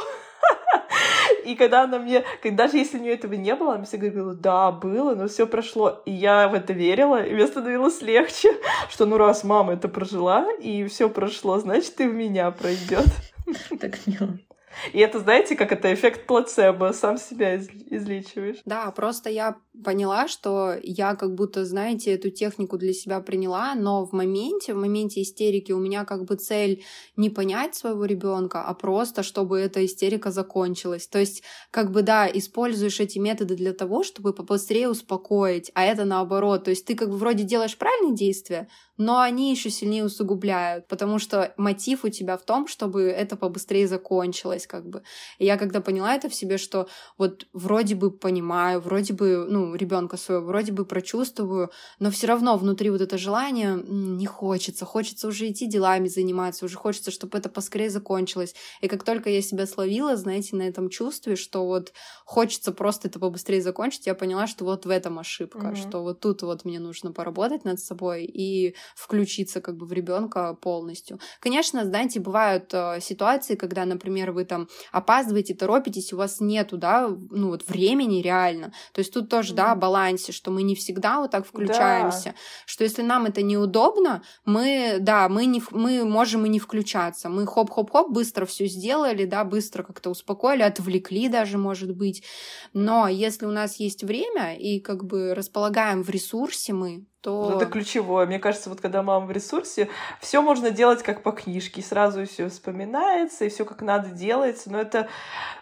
S3: И когда она мне, даже если у нее этого не было, она мне всегда говорила, да, было, но все прошло. И я в это верила, и мне становилось легче, что ну раз мама это прожила, и все прошло, значит, и в меня пройдет.
S1: Так мило.
S3: И это, знаете, как это эффект плацебо, сам себя излечиваешь.
S2: Да, просто я поняла, что я как будто, знаете, эту технику для себя приняла, но в моменте, в моменте истерики у меня как бы цель не понять своего ребенка, а просто, чтобы эта истерика закончилась. То есть, как бы, да, используешь эти методы для того, чтобы побыстрее успокоить, а это наоборот. То есть ты как бы вроде делаешь правильные действия, но они еще сильнее усугубляют, потому что мотив у тебя в том, чтобы это побыстрее закончилось, как бы. И я когда поняла это в себе, что вот вроде бы понимаю, вроде бы, ну, ребенка своего, вроде бы прочувствую, но все равно внутри вот это желание не хочется, хочется уже идти делами заниматься, уже хочется, чтобы это поскорее закончилось. И как только я себя словила, знаете, на этом чувстве, что вот хочется просто это побыстрее закончить, я поняла, что вот в этом ошибка, mm-hmm. что вот тут вот мне нужно поработать над собой и включиться как бы в ребенка полностью. Конечно, знаете, бывают э, ситуации, когда, например, вы там опаздываете, торопитесь, у вас нету, да, ну вот времени реально. То есть тут тоже, mm-hmm. да, балансе, что мы не всегда вот так включаемся, да. Что если нам это неудобно, мы, да, мы, не, мы можем и не включаться. Мы хоп-хоп-хоп, быстро все сделали, да, быстро как-то успокоили, отвлекли даже, может быть. Но если у нас есть время и как бы располагаем в ресурсе мы, то...
S3: Это ключевое. Мне кажется, вот когда мама в ресурсе, все можно делать как по книжке, сразу все вспоминается, и все как надо делается, но это,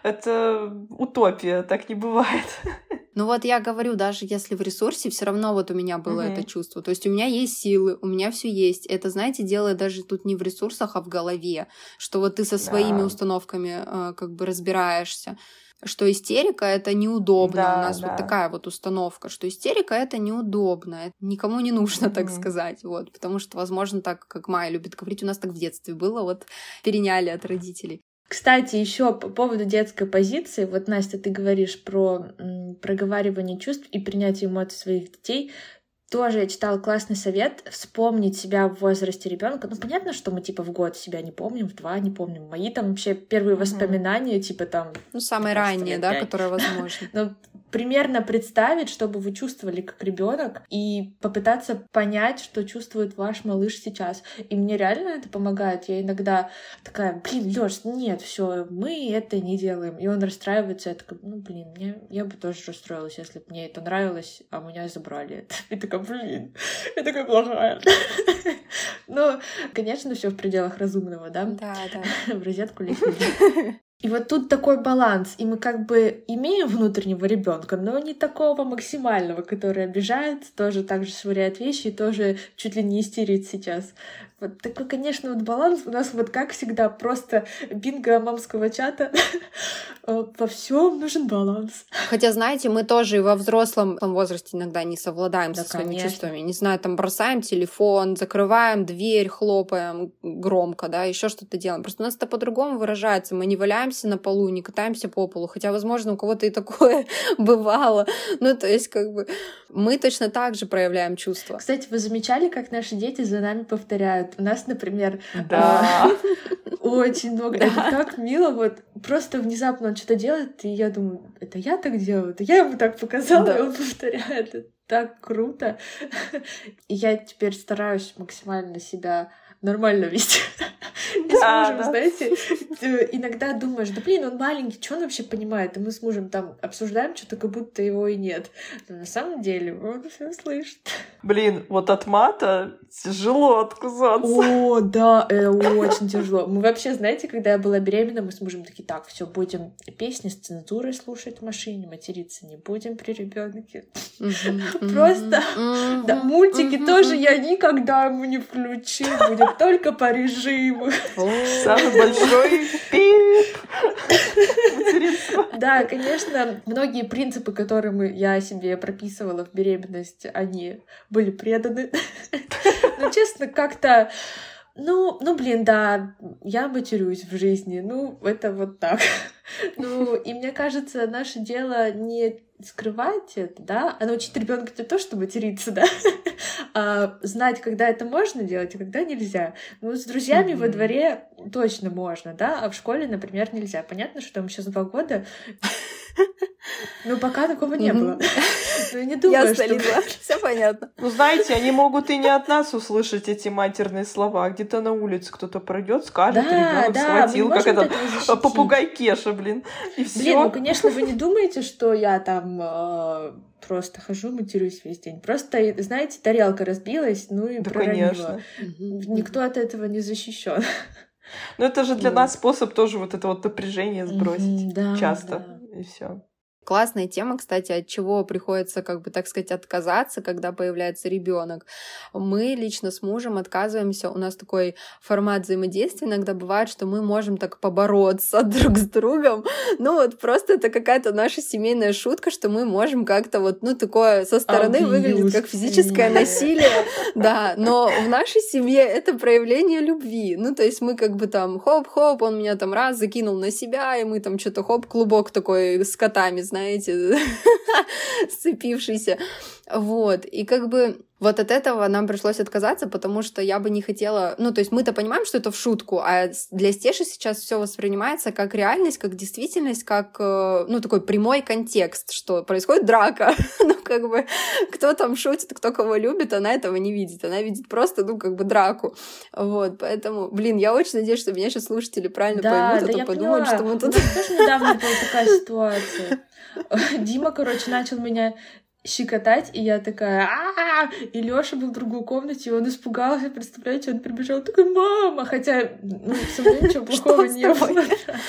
S3: это утопия, так не бывает.
S2: Ну вот я говорю, даже если в ресурсе, все равно вот у меня было uh-huh. это чувство. То есть у меня есть силы, у меня все есть. Это, знаете, дело даже тут не в ресурсах, а в голове, что вот ты со своими да. установками э, как бы разбираешься. Что истерика — это неудобно. Да, у нас да. вот такая вот установка, что истерика — это неудобно. Это никому не нужно, так mm-hmm. сказать. Вот, потому что, возможно, так, как Майя любит говорить, у нас так в детстве было, вот переняли от родителей.
S1: Кстати, еще по поводу детской позиции. Вот, Настя, ты говоришь про м, проговаривание чувств и принятие эмоций своих детей. Тоже я читала классный совет вспомнить себя в возрасте ребенка. Ну, понятно, что мы типа в год себя не помним, в два не помним. Мои там вообще первые воспоминания, mm-hmm. типа там...
S2: Ну, самые ранние, да, которые возможно.
S1: Но примерно представить, чтобы вы чувствовали как ребенок, и попытаться понять, что чувствует ваш малыш сейчас. И мне реально это помогает. Я иногда такая, блин, Лёш, нет, все, мы это не делаем. И он расстраивается. Я такая, ну, блин, мне, я бы тоже расстроилась, если бы мне это нравилось, а меня забрали это. И такая, блин, я такая плохая. Ну, конечно, все в пределах разумного, да?
S2: Да, да.
S1: В розетку лезть. И вот тут такой баланс, и мы как бы имеем внутреннего ребенка, но не такого максимального, который обижает, тоже так же швыряет вещи и тоже чуть ли не истерит сейчас. Вот такой, конечно, вот баланс у нас вот как всегда просто бинго мамского чата. Во всем нужен баланс.
S2: Хотя, знаете, мы тоже и во взрослом возрасте иногда не совладаем да, со своими конечно. чувствами. Не знаю, там бросаем телефон, закрываем дверь, хлопаем громко, да, еще что-то делаем. Просто у нас это по-другому выражается. Мы не валяемся на полу, не катаемся по полу. Хотя, возможно, у кого-то и такое бывало. Ну, то есть, как бы, мы точно так же проявляем чувства.
S1: Кстати, вы замечали, как наши дети за нами повторяют? У нас, например,
S3: да.
S1: очень много. Это так мило. Вот просто внезапно он что-то делает, и я думаю, это я так делаю? Это я ему так показала, да. И он повторяет. Это так круто. И я теперь стараюсь максимально себя нормально вести. И с мужем, знаете, иногда думаешь, да блин, он маленький, что он вообще понимает? И мы с мужем там обсуждаем что-то, как будто его и нет. Но на самом деле он все слышит.
S3: Блин, вот от мата тяжело отказаться.
S1: О, да, э, очень тяжело. Мы вообще, знаете, когда я была беременна, мы с мужем такие, так, все, будем песни с цензурой слушать в машине, материться не будем при ребенке. Просто, да, мультики тоже я никогда ему не включу, будет только по режиму.
S3: Самый большой пип.
S1: Да, конечно, многие принципы, которые я себе прописывала в беременность, они были преданы. Но, честно, как-то Ну, ну, блин, да, я матерюсь в жизни, ну, это вот так. Ну, и мне кажется, наше дело не скрывать это, да, а научить ребенка не то, что материться, да, а знать, когда это можно делать, а когда нельзя. Ну, с друзьями mm-hmm. во дворе точно можно, да, а в школе, например, нельзя. Понятно, что мы сейчас два года... Ну, пока такого не было. Ну, не думаю,
S2: что... Я все понятно.
S3: Ну, знаете, они могут и не от нас услышать эти матерные слова. Где-то на улице кто-то пройдет, скажет, ребенок схватил, как этот попугай Кеша, блин, и все.
S1: Блин, ну, конечно, вы не думаете, что я там просто хожу, матерюсь весь день. Просто, знаете, тарелка разбилась, ну и проронила. Никто от этого не защищен.
S3: Ну, это же для нас способ тоже вот это вот напряжение сбросить часто, и все.
S2: Классная тема, кстати, от чего приходится, как бы, так сказать, отказаться, когда появляется ребенок. Мы лично с мужем отказываемся, у нас такой формат взаимодействия иногда бывает, что мы можем так побороться друг с другом. Ну вот просто это какая-то наша семейная шутка, что мы можем как-то вот, ну, такое со стороны
S1: Абьюз.
S2: Выглядит как физическое насилие. Да, но в нашей семье это проявление любви. Ну, то есть мы как бы там хоп-хоп, он меня там раз закинул на себя, и мы там что-то хоп, клубок такой с котами, знаете, знаете, сцепившийся. Вот. И как бы вот от этого нам пришлось отказаться, потому что я бы не хотела... Ну, то есть мы-то понимаем, что это в шутку, а для Стеши сейчас все воспринимается как реальность, как действительность, как, ну, такой прямой контекст, что происходит драка. Ну, как бы, кто там шутит, кто кого любит, она этого не видит. Она видит просто, ну, как бы драку. Вот, поэтому, блин, я очень надеюсь, что меня сейчас слушатели правильно
S1: да,
S2: поймут,
S1: да,
S2: а то
S1: я
S2: подумают,
S1: поняла.
S2: что мы тут...
S1: У нас тоже недавно была такая ситуация. Дима, короче, начал меня щекотать, и я такая а и Лёша был в другой комнате, и он испугался, представляете, он прибежал, такой, мама, хотя, ну, со мной ничего плохого не было.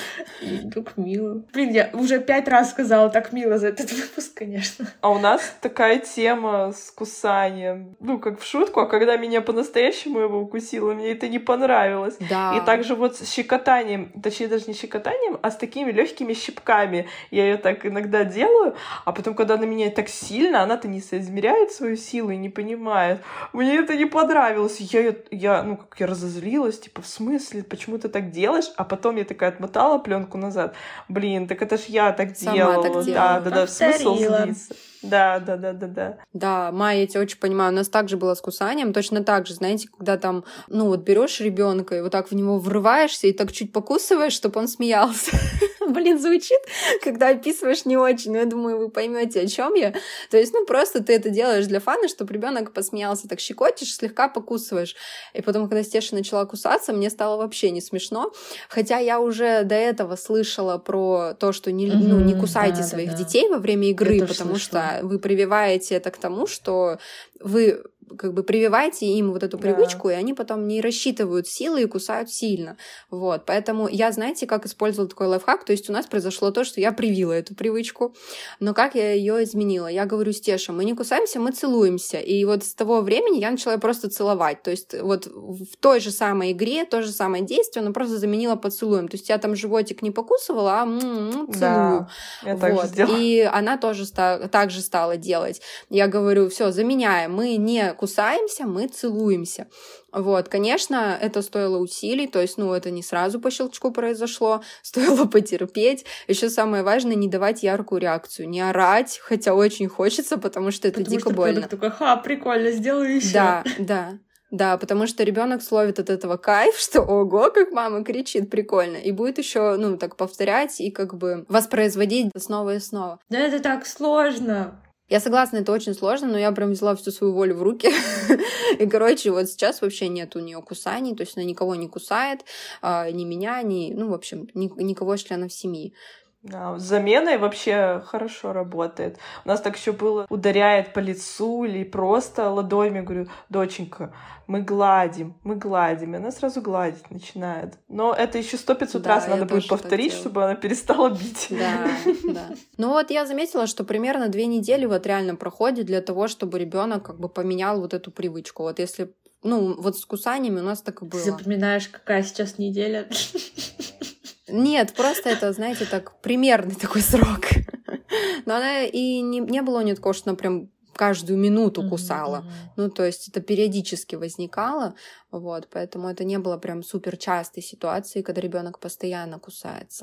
S1: И так мило. Блин, я уже пять раз сказала так мило за этот выпуск, конечно.
S3: А у нас такая тема с кусанием, ну, как в шутку, а когда меня по-настоящему его укусило, мне это не понравилось.
S2: Да.
S3: И также вот с щекотанием, точнее, даже не щекотанием, а с такими легкими щипками. Я ее так иногда делаю, а потом, когда на меня так сильно, она-то не соизмеряет свою силу и не понимает. Мне это не понравилось. Я, я, ну, как я разозлилась, типа, в смысле, почему ты так делаешь? А потом я такая отмотала пленку назад. Блин, так это ж я так
S2: Сама
S3: делала.
S2: так
S3: Да,
S2: делала.
S3: да, да, смысл злиться. Да, да, да, да, да.
S2: Да, Майя, я тебя очень понимаю. У нас также было с кусанием, точно так же, знаете, когда там, ну вот берешь ребенка и вот так в него врываешься и так чуть покусываешь, чтобы он смеялся. Блин, звучит, когда описываешь, не очень, но я думаю, вы поймете, о чем я. То есть, ну просто ты это делаешь для фана, чтобы ребенок посмеялся, так щекотишь, слегка покусываешь. И потом, когда Стеша начала кусаться, мне стало вообще не смешно. Хотя я уже до этого слышала про то, что не, mm-hmm, ну, не кусайте да, своих да, детей во время игры, потому что вы прививаете это к тому, что вы как бы прививаете им вот эту привычку, да. И они потом не рассчитывают силы и кусают сильно. Вот. Поэтому я, знаете, как использовала такой лайфхак? То есть у нас произошло то, что я привила эту привычку, но как я ее изменила? Я говорю, Стеша, мы не кусаемся, мы целуемся. И вот с того времени я начала просто целовать. То есть вот в той же самой игре, то же самое действие, но просто заменила поцелуем. То есть я там животик не покусывала, а м-м, целую. Да,
S3: я так
S2: вот.
S3: же сделала.
S2: И она тоже ста- так же стала делать. Я говорю, все, заменяем. Мы не кусаемся, мы целуемся. Вот, конечно, это стоило усилий, то есть, ну, это не сразу по щелчку произошло, стоило потерпеть. Еще самое важное — не давать яркую реакцию, не орать, хотя очень хочется, потому что это
S1: потому
S2: дико
S1: что
S2: больно.
S1: Такой, ха, прикольно, сделаю еще.
S2: Да, да. Да, потому что ребенок словит от этого кайф, что ого, как мама кричит, прикольно, и будет еще, ну, так повторять и как бы воспроизводить снова и снова.
S1: Да это так сложно.
S2: Я согласна, это очень сложно, но я прям взяла всю свою волю в руки. И, короче, вот сейчас вообще нет у нее кусаний, то есть она никого не кусает, ни меня, ни, ну, в общем, ни, никого из членов семьи.
S3: Да, с заменой вообще хорошо работает. У нас так еще было, ударяет по лицу или просто ладонями, говорю, доченька, мы гладим, мы гладим, и она сразу гладить начинает. Но это еще сто пятьсот да, раз надо будет повторить, чтобы она перестала бить.
S2: Да, да. Ну вот я заметила, что примерно две недели вот реально проходит для того, чтобы ребенок как бы поменял вот эту привычку. Вот если, ну вот с кусаниями у нас так и было.
S1: Ты запоминаешь, какая сейчас неделя?
S2: Нет, просто это, знаете, так примерный такой срок. Но она и не, не было у нее такого, что она прям каждую минуту
S1: Мгм,
S2: кусала.
S1: мгм.
S2: Ну, то есть это периодически возникало, вот, поэтому это не было прям супер частой ситуацией, когда ребенок постоянно кусается.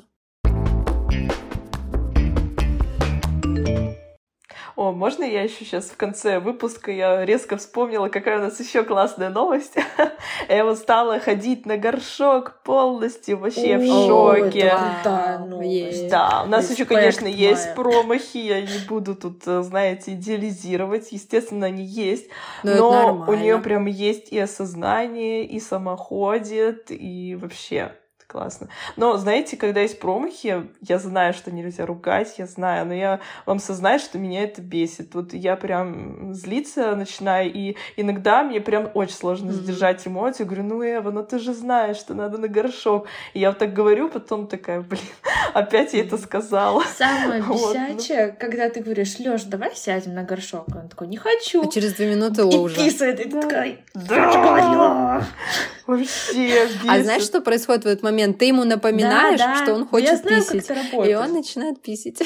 S3: О, можно я еще сейчас в конце выпуска я резко вспомнила, какая у нас еще классная новость. Я вот стала ходить на горшок полностью, вообще в
S1: О,
S3: шоке.
S1: это крутая
S2: Вау,
S1: новость.
S2: есть.
S3: Да, у нас еще,
S1: Респект,
S3: конечно, есть
S1: Майя.
S3: промахи, я не буду тут, знаете, идеализировать, естественно, они есть,
S2: Но это
S3: но у
S2: нормально.
S3: нее прям есть и осознание, и сама ходит, и вообще классно. Но, знаете, когда есть промахи, я знаю, что нельзя ругать, я знаю, но я вам сознаю, что меня это бесит. Вот я прям злиться начинаю, и иногда мне прям очень сложно
S2: Мгм.
S3: сдержать эмоции. Говорю, ну, Эва, ну ты же знаешь, что надо на горшок. И я вот так говорю, потом такая, блин, опять я это сказала.
S1: Самое
S3: Вот, ну.
S1: бесячее, когда ты говоришь: Лёш, давай сядем на горшок. Он такой: не хочу.
S2: А через две минуты
S1: И
S2: уже.
S1: писает, и
S3: Да.
S1: такая:
S3: Да.
S1: «Я же говорила».
S3: Вообще бесит.
S2: А знаешь, что происходит в этот момент? Ты ему напоминаешь,
S1: Да, да.
S2: что он
S1: Ну,
S2: хочет
S1: я знаю,
S2: писать.
S1: как это
S2: И
S1: работает.
S2: он начинает писать.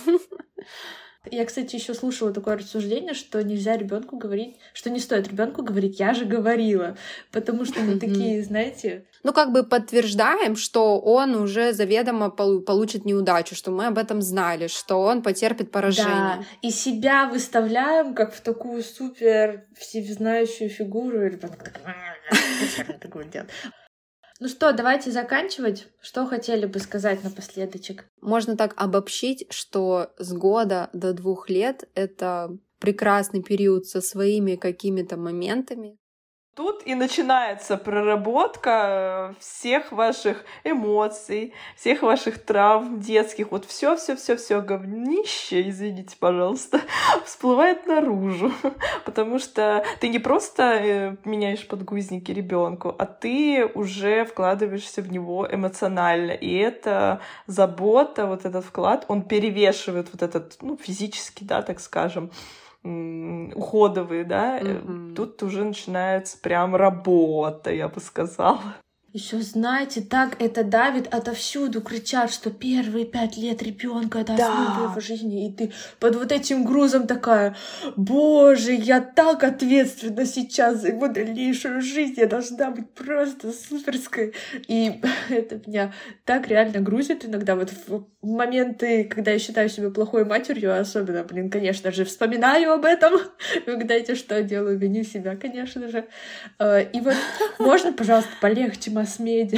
S1: Я, кстати, еще слушала такое рассуждение, что нельзя ребенку говорить, что не стоит ребенку говорить: я же говорила. Потому что мы
S2: Мгм.
S1: такие, знаете,
S2: Ну, как бы подтверждаем, что он уже заведомо полу- получит неудачу, что мы об этом знали, что он потерпит поражение.
S1: да, и себя выставляем как в такую супер всезнающую фигуру, и ребенок такой: «А, зачем я такое делать?» Ну что, давайте заканчивать. Что хотели бы сказать напоследочек?
S2: Можно так обобщить, что с года до двух лет это прекрасный период со своими какими-то моментами.
S3: Тут и начинается проработка всех ваших эмоций, всех ваших травм детских. Вот все, все, все, все говнище, извините, пожалуйста, всплывает наружу. Потому что ты не просто э, меняешь подгузники ребенку, а ты уже вкладываешься в него эмоционально. И эта забота, вот этот вклад, он перевешивает вот этот, ну, физический, да, так скажем, уходовые, да,
S2: Мгм.
S3: тут уже начинается прям работа, я бы сказала.
S1: Еще знаете, так это давит, отовсюду кричат, что первые пять лет ребенка это
S3: Да.
S1: основа его жизни, и ты под вот этим грузом такая: боже, я так ответственна сейчас за его дальнейшую жизнь, я должна быть просто суперской. И это меня так реально грузит иногда, вот в моменты, когда я считаю себя плохой матерью, особенно, блин, конечно же, вспоминаю об этом, вы угадаете, что я делаю, виню себя, конечно же. Э, И вот можно, пожалуйста, полегче, масс-медиа?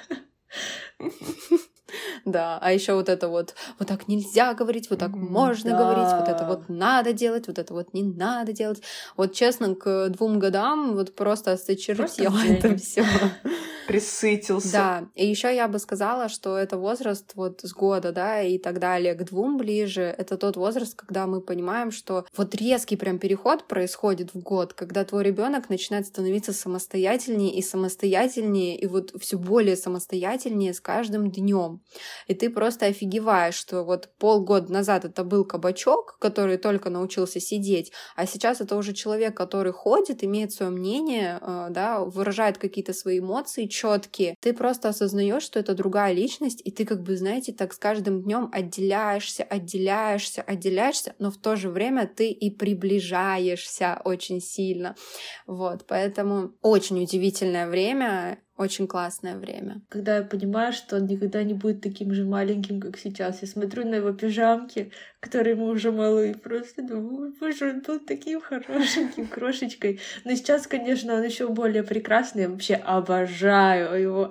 S2: Да, а еще вот это вот, вот так нельзя говорить, вот так
S3: Мгм,
S2: можно
S1: да.
S2: говорить, вот это вот надо делать, вот это вот не надо делать. Вот честно, к двум годам вот просто осточертело
S1: Просто
S2: это
S1: гений.
S2: все.
S3: Присытился.
S2: Да, и еще я бы сказала, что это возраст вот с года, да, и так далее, к двум ближе. Это тот возраст, когда мы понимаем, что вот резкий прям переход происходит в год, когда твой ребенок начинает становиться самостоятельнее и самостоятельнее, и вот все более самостоятельнее с каждым днем. И ты просто офигеваешь, что вот полгода назад это был кабачок, который только научился сидеть, а сейчас это уже человек, который ходит, имеет свое мнение, э, да, выражает какие-то свои эмоции четкие. Ты просто осознаешь, что это другая личность, и ты как бы, знаете, так с каждым днем отделяешься, отделяешься, отделяешься, но в то же время ты и приближаешься очень сильно. Вот, поэтому очень удивительное время, очень классное время.
S1: Когда я понимаю, что он никогда не будет таким же маленьким, как сейчас. Я смотрю на его пижамки, которые ему уже малы, и просто думаю: ой, боже, он был таким хорошеньким, крошечкой. Но сейчас, конечно, он еще более прекрасный. Я вообще обожаю его.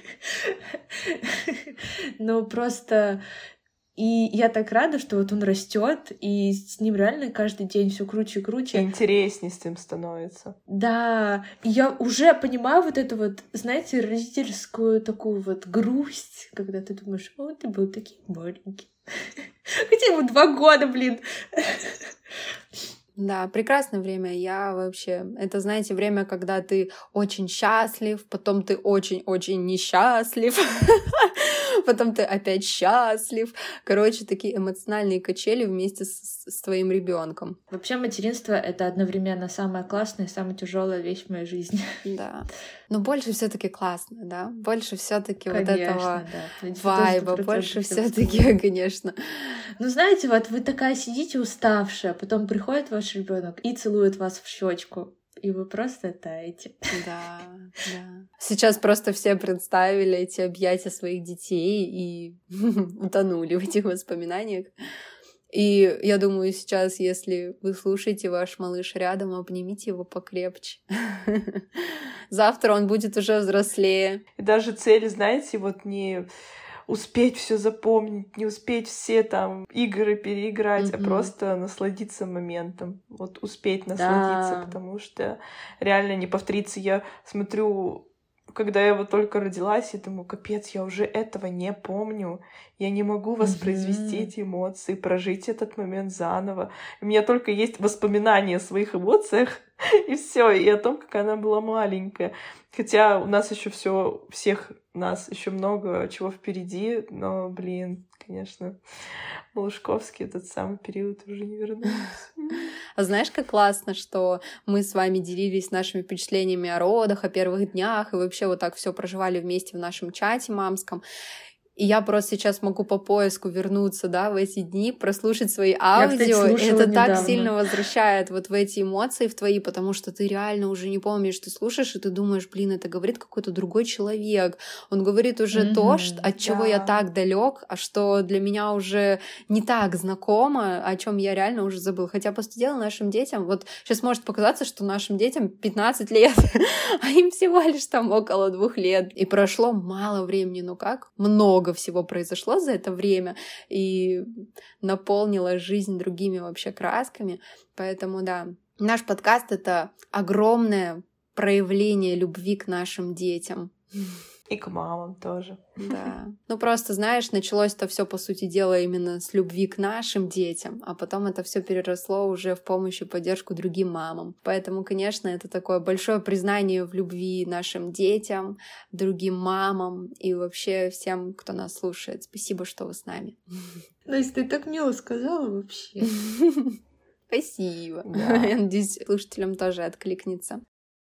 S1: Но просто... И я так рада, что вот он растет, и с ним реально каждый день все круче и круче.
S3: Интереснее с ним становится.
S1: Да, и я уже понимаю вот эту вот, знаете, родительскую такую вот грусть, когда ты думаешь: о, ты был таким маленьким. Хотя ему два года, блин.
S2: Да, прекрасное время. Я вообще... Это, знаете, время, когда ты очень счастлив, потом ты очень-очень несчастлив, потом ты опять счастлив. Короче, такие эмоциональные качели вместе с, с твоим ребенком.
S1: Вообще материнство — это одновременно самая классная и самая тяжелая вещь в моей жизни.
S2: Да. Но больше все-таки классно, да? Больше все-таки вот
S1: Конечно,
S2: этого
S1: да.
S2: вайба, больше все-таки, конечно.
S1: Ну, знаете, вот вы такая сидите уставшая, потом приходит ваш ребенок и целует вас в щечку. И вы просто таете.
S2: Да, да. Сейчас просто все представили эти объятия своих детей и утонули в этих воспоминаниях. И я думаю, сейчас, если вы слушаете ваш малыш рядом, обнимите его покрепче. Завтра он будет уже взрослее.
S3: И даже цели, знаете, вот не успеть все запомнить, не успеть все там игры переиграть, mm-hmm. а просто насладиться моментом. Вот успеть насладиться, да. Потому что реально не повторится. Я смотрю, когда я вот только родилась, я думаю, капец, я уже этого не помню. Я не могу воспроизвести mm-hmm. эти эмоции, прожить этот момент заново. У меня только есть воспоминания о своих эмоциях, и все, и о том, как она была маленькая. Хотя у нас еще все, всех нас еще много чего впереди, но, блин, конечно, Малышковский этот самый период уже не вернулся.
S2: А знаешь, как классно, что мы с вами делились нашими впечатлениями о родах, о первых днях, и вообще вот так все проживали вместе в нашем чате мамском. И я просто сейчас могу по поиску вернуться, да, в эти дни, прослушать свои аудио. Я, кстати, это недавно. Так сильно возвращает вот в эти эмоции в твои, потому что ты реально уже не помнишь, ты слушаешь, и ты думаешь, блин, это говорит какой-то другой человек. Он говорит уже mm-hmm, то, что, от чего да. я так далек, а что для меня уже не так знакомо, о чем я реально уже забыл. Хотя, по сути дела, нашим детям, вот сейчас может показаться, что нашим детям пятнадцать лет, а им всего лишь там около двух лет. И прошло мало времени, ну как? Много всего произошло за это время и наполнила жизнь другими вообще красками. Поэтому, да, наш подкаст — это огромное проявление любви к нашим детям.
S3: И к мамам тоже.
S2: Да. Ну просто, знаешь, началось это все по сути дела именно с любви к нашим детям, а потом это все переросло уже в помощь и поддержку другим мамам. Поэтому, конечно, это такое большое признание в любви нашим детям, другим мамам и вообще всем, кто нас слушает. Спасибо, что вы с нами.
S1: Настя, ты так мило сказала вообще.
S2: Спасибо. Да. Я надеюсь, слушателям тоже откликнется.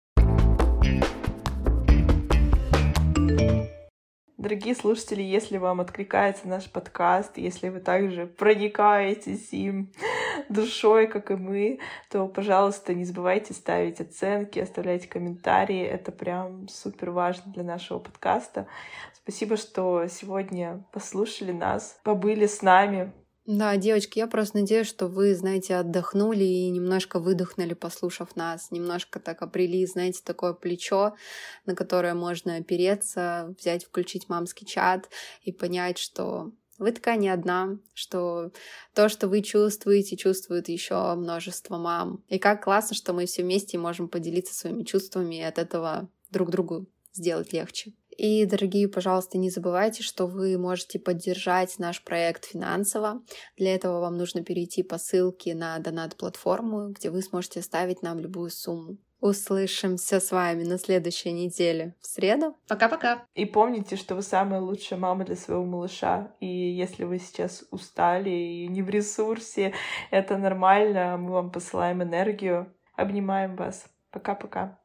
S3: Дорогие слушатели, если вам откликается наш подкаст, если вы также проникаетесь им душой, как и мы, то, пожалуйста, не забывайте ставить оценки, оставлять комментарии. Это прям супер важно для нашего подкаста. Спасибо, что сегодня послушали нас, побыли с нами.
S2: Да, девочки, я просто надеюсь, что вы, знаете, отдохнули и немножко выдохнули, послушав нас, немножко так обрели, знаете, такое плечо, на которое можно опереться, взять, включить мамский чат и понять, что вы такая не одна, что то, что вы чувствуете, чувствует еще множество мам. И как классно, что мы все вместе можем поделиться своими чувствами и от этого друг другу сделать легче. И, дорогие, пожалуйста, не забывайте, что вы можете поддержать наш проект финансово. Для этого вам нужно перейти по ссылке на донат-платформу, где вы сможете ставить нам любую сумму. Услышимся с вами на следующей неделе в среду.
S1: Пока-пока!
S3: И помните, что вы самая лучшая мама для своего малыша. И если вы сейчас устали и не в ресурсе, это нормально. Мы вам посылаем энергию. Обнимаем вас. Пока-пока.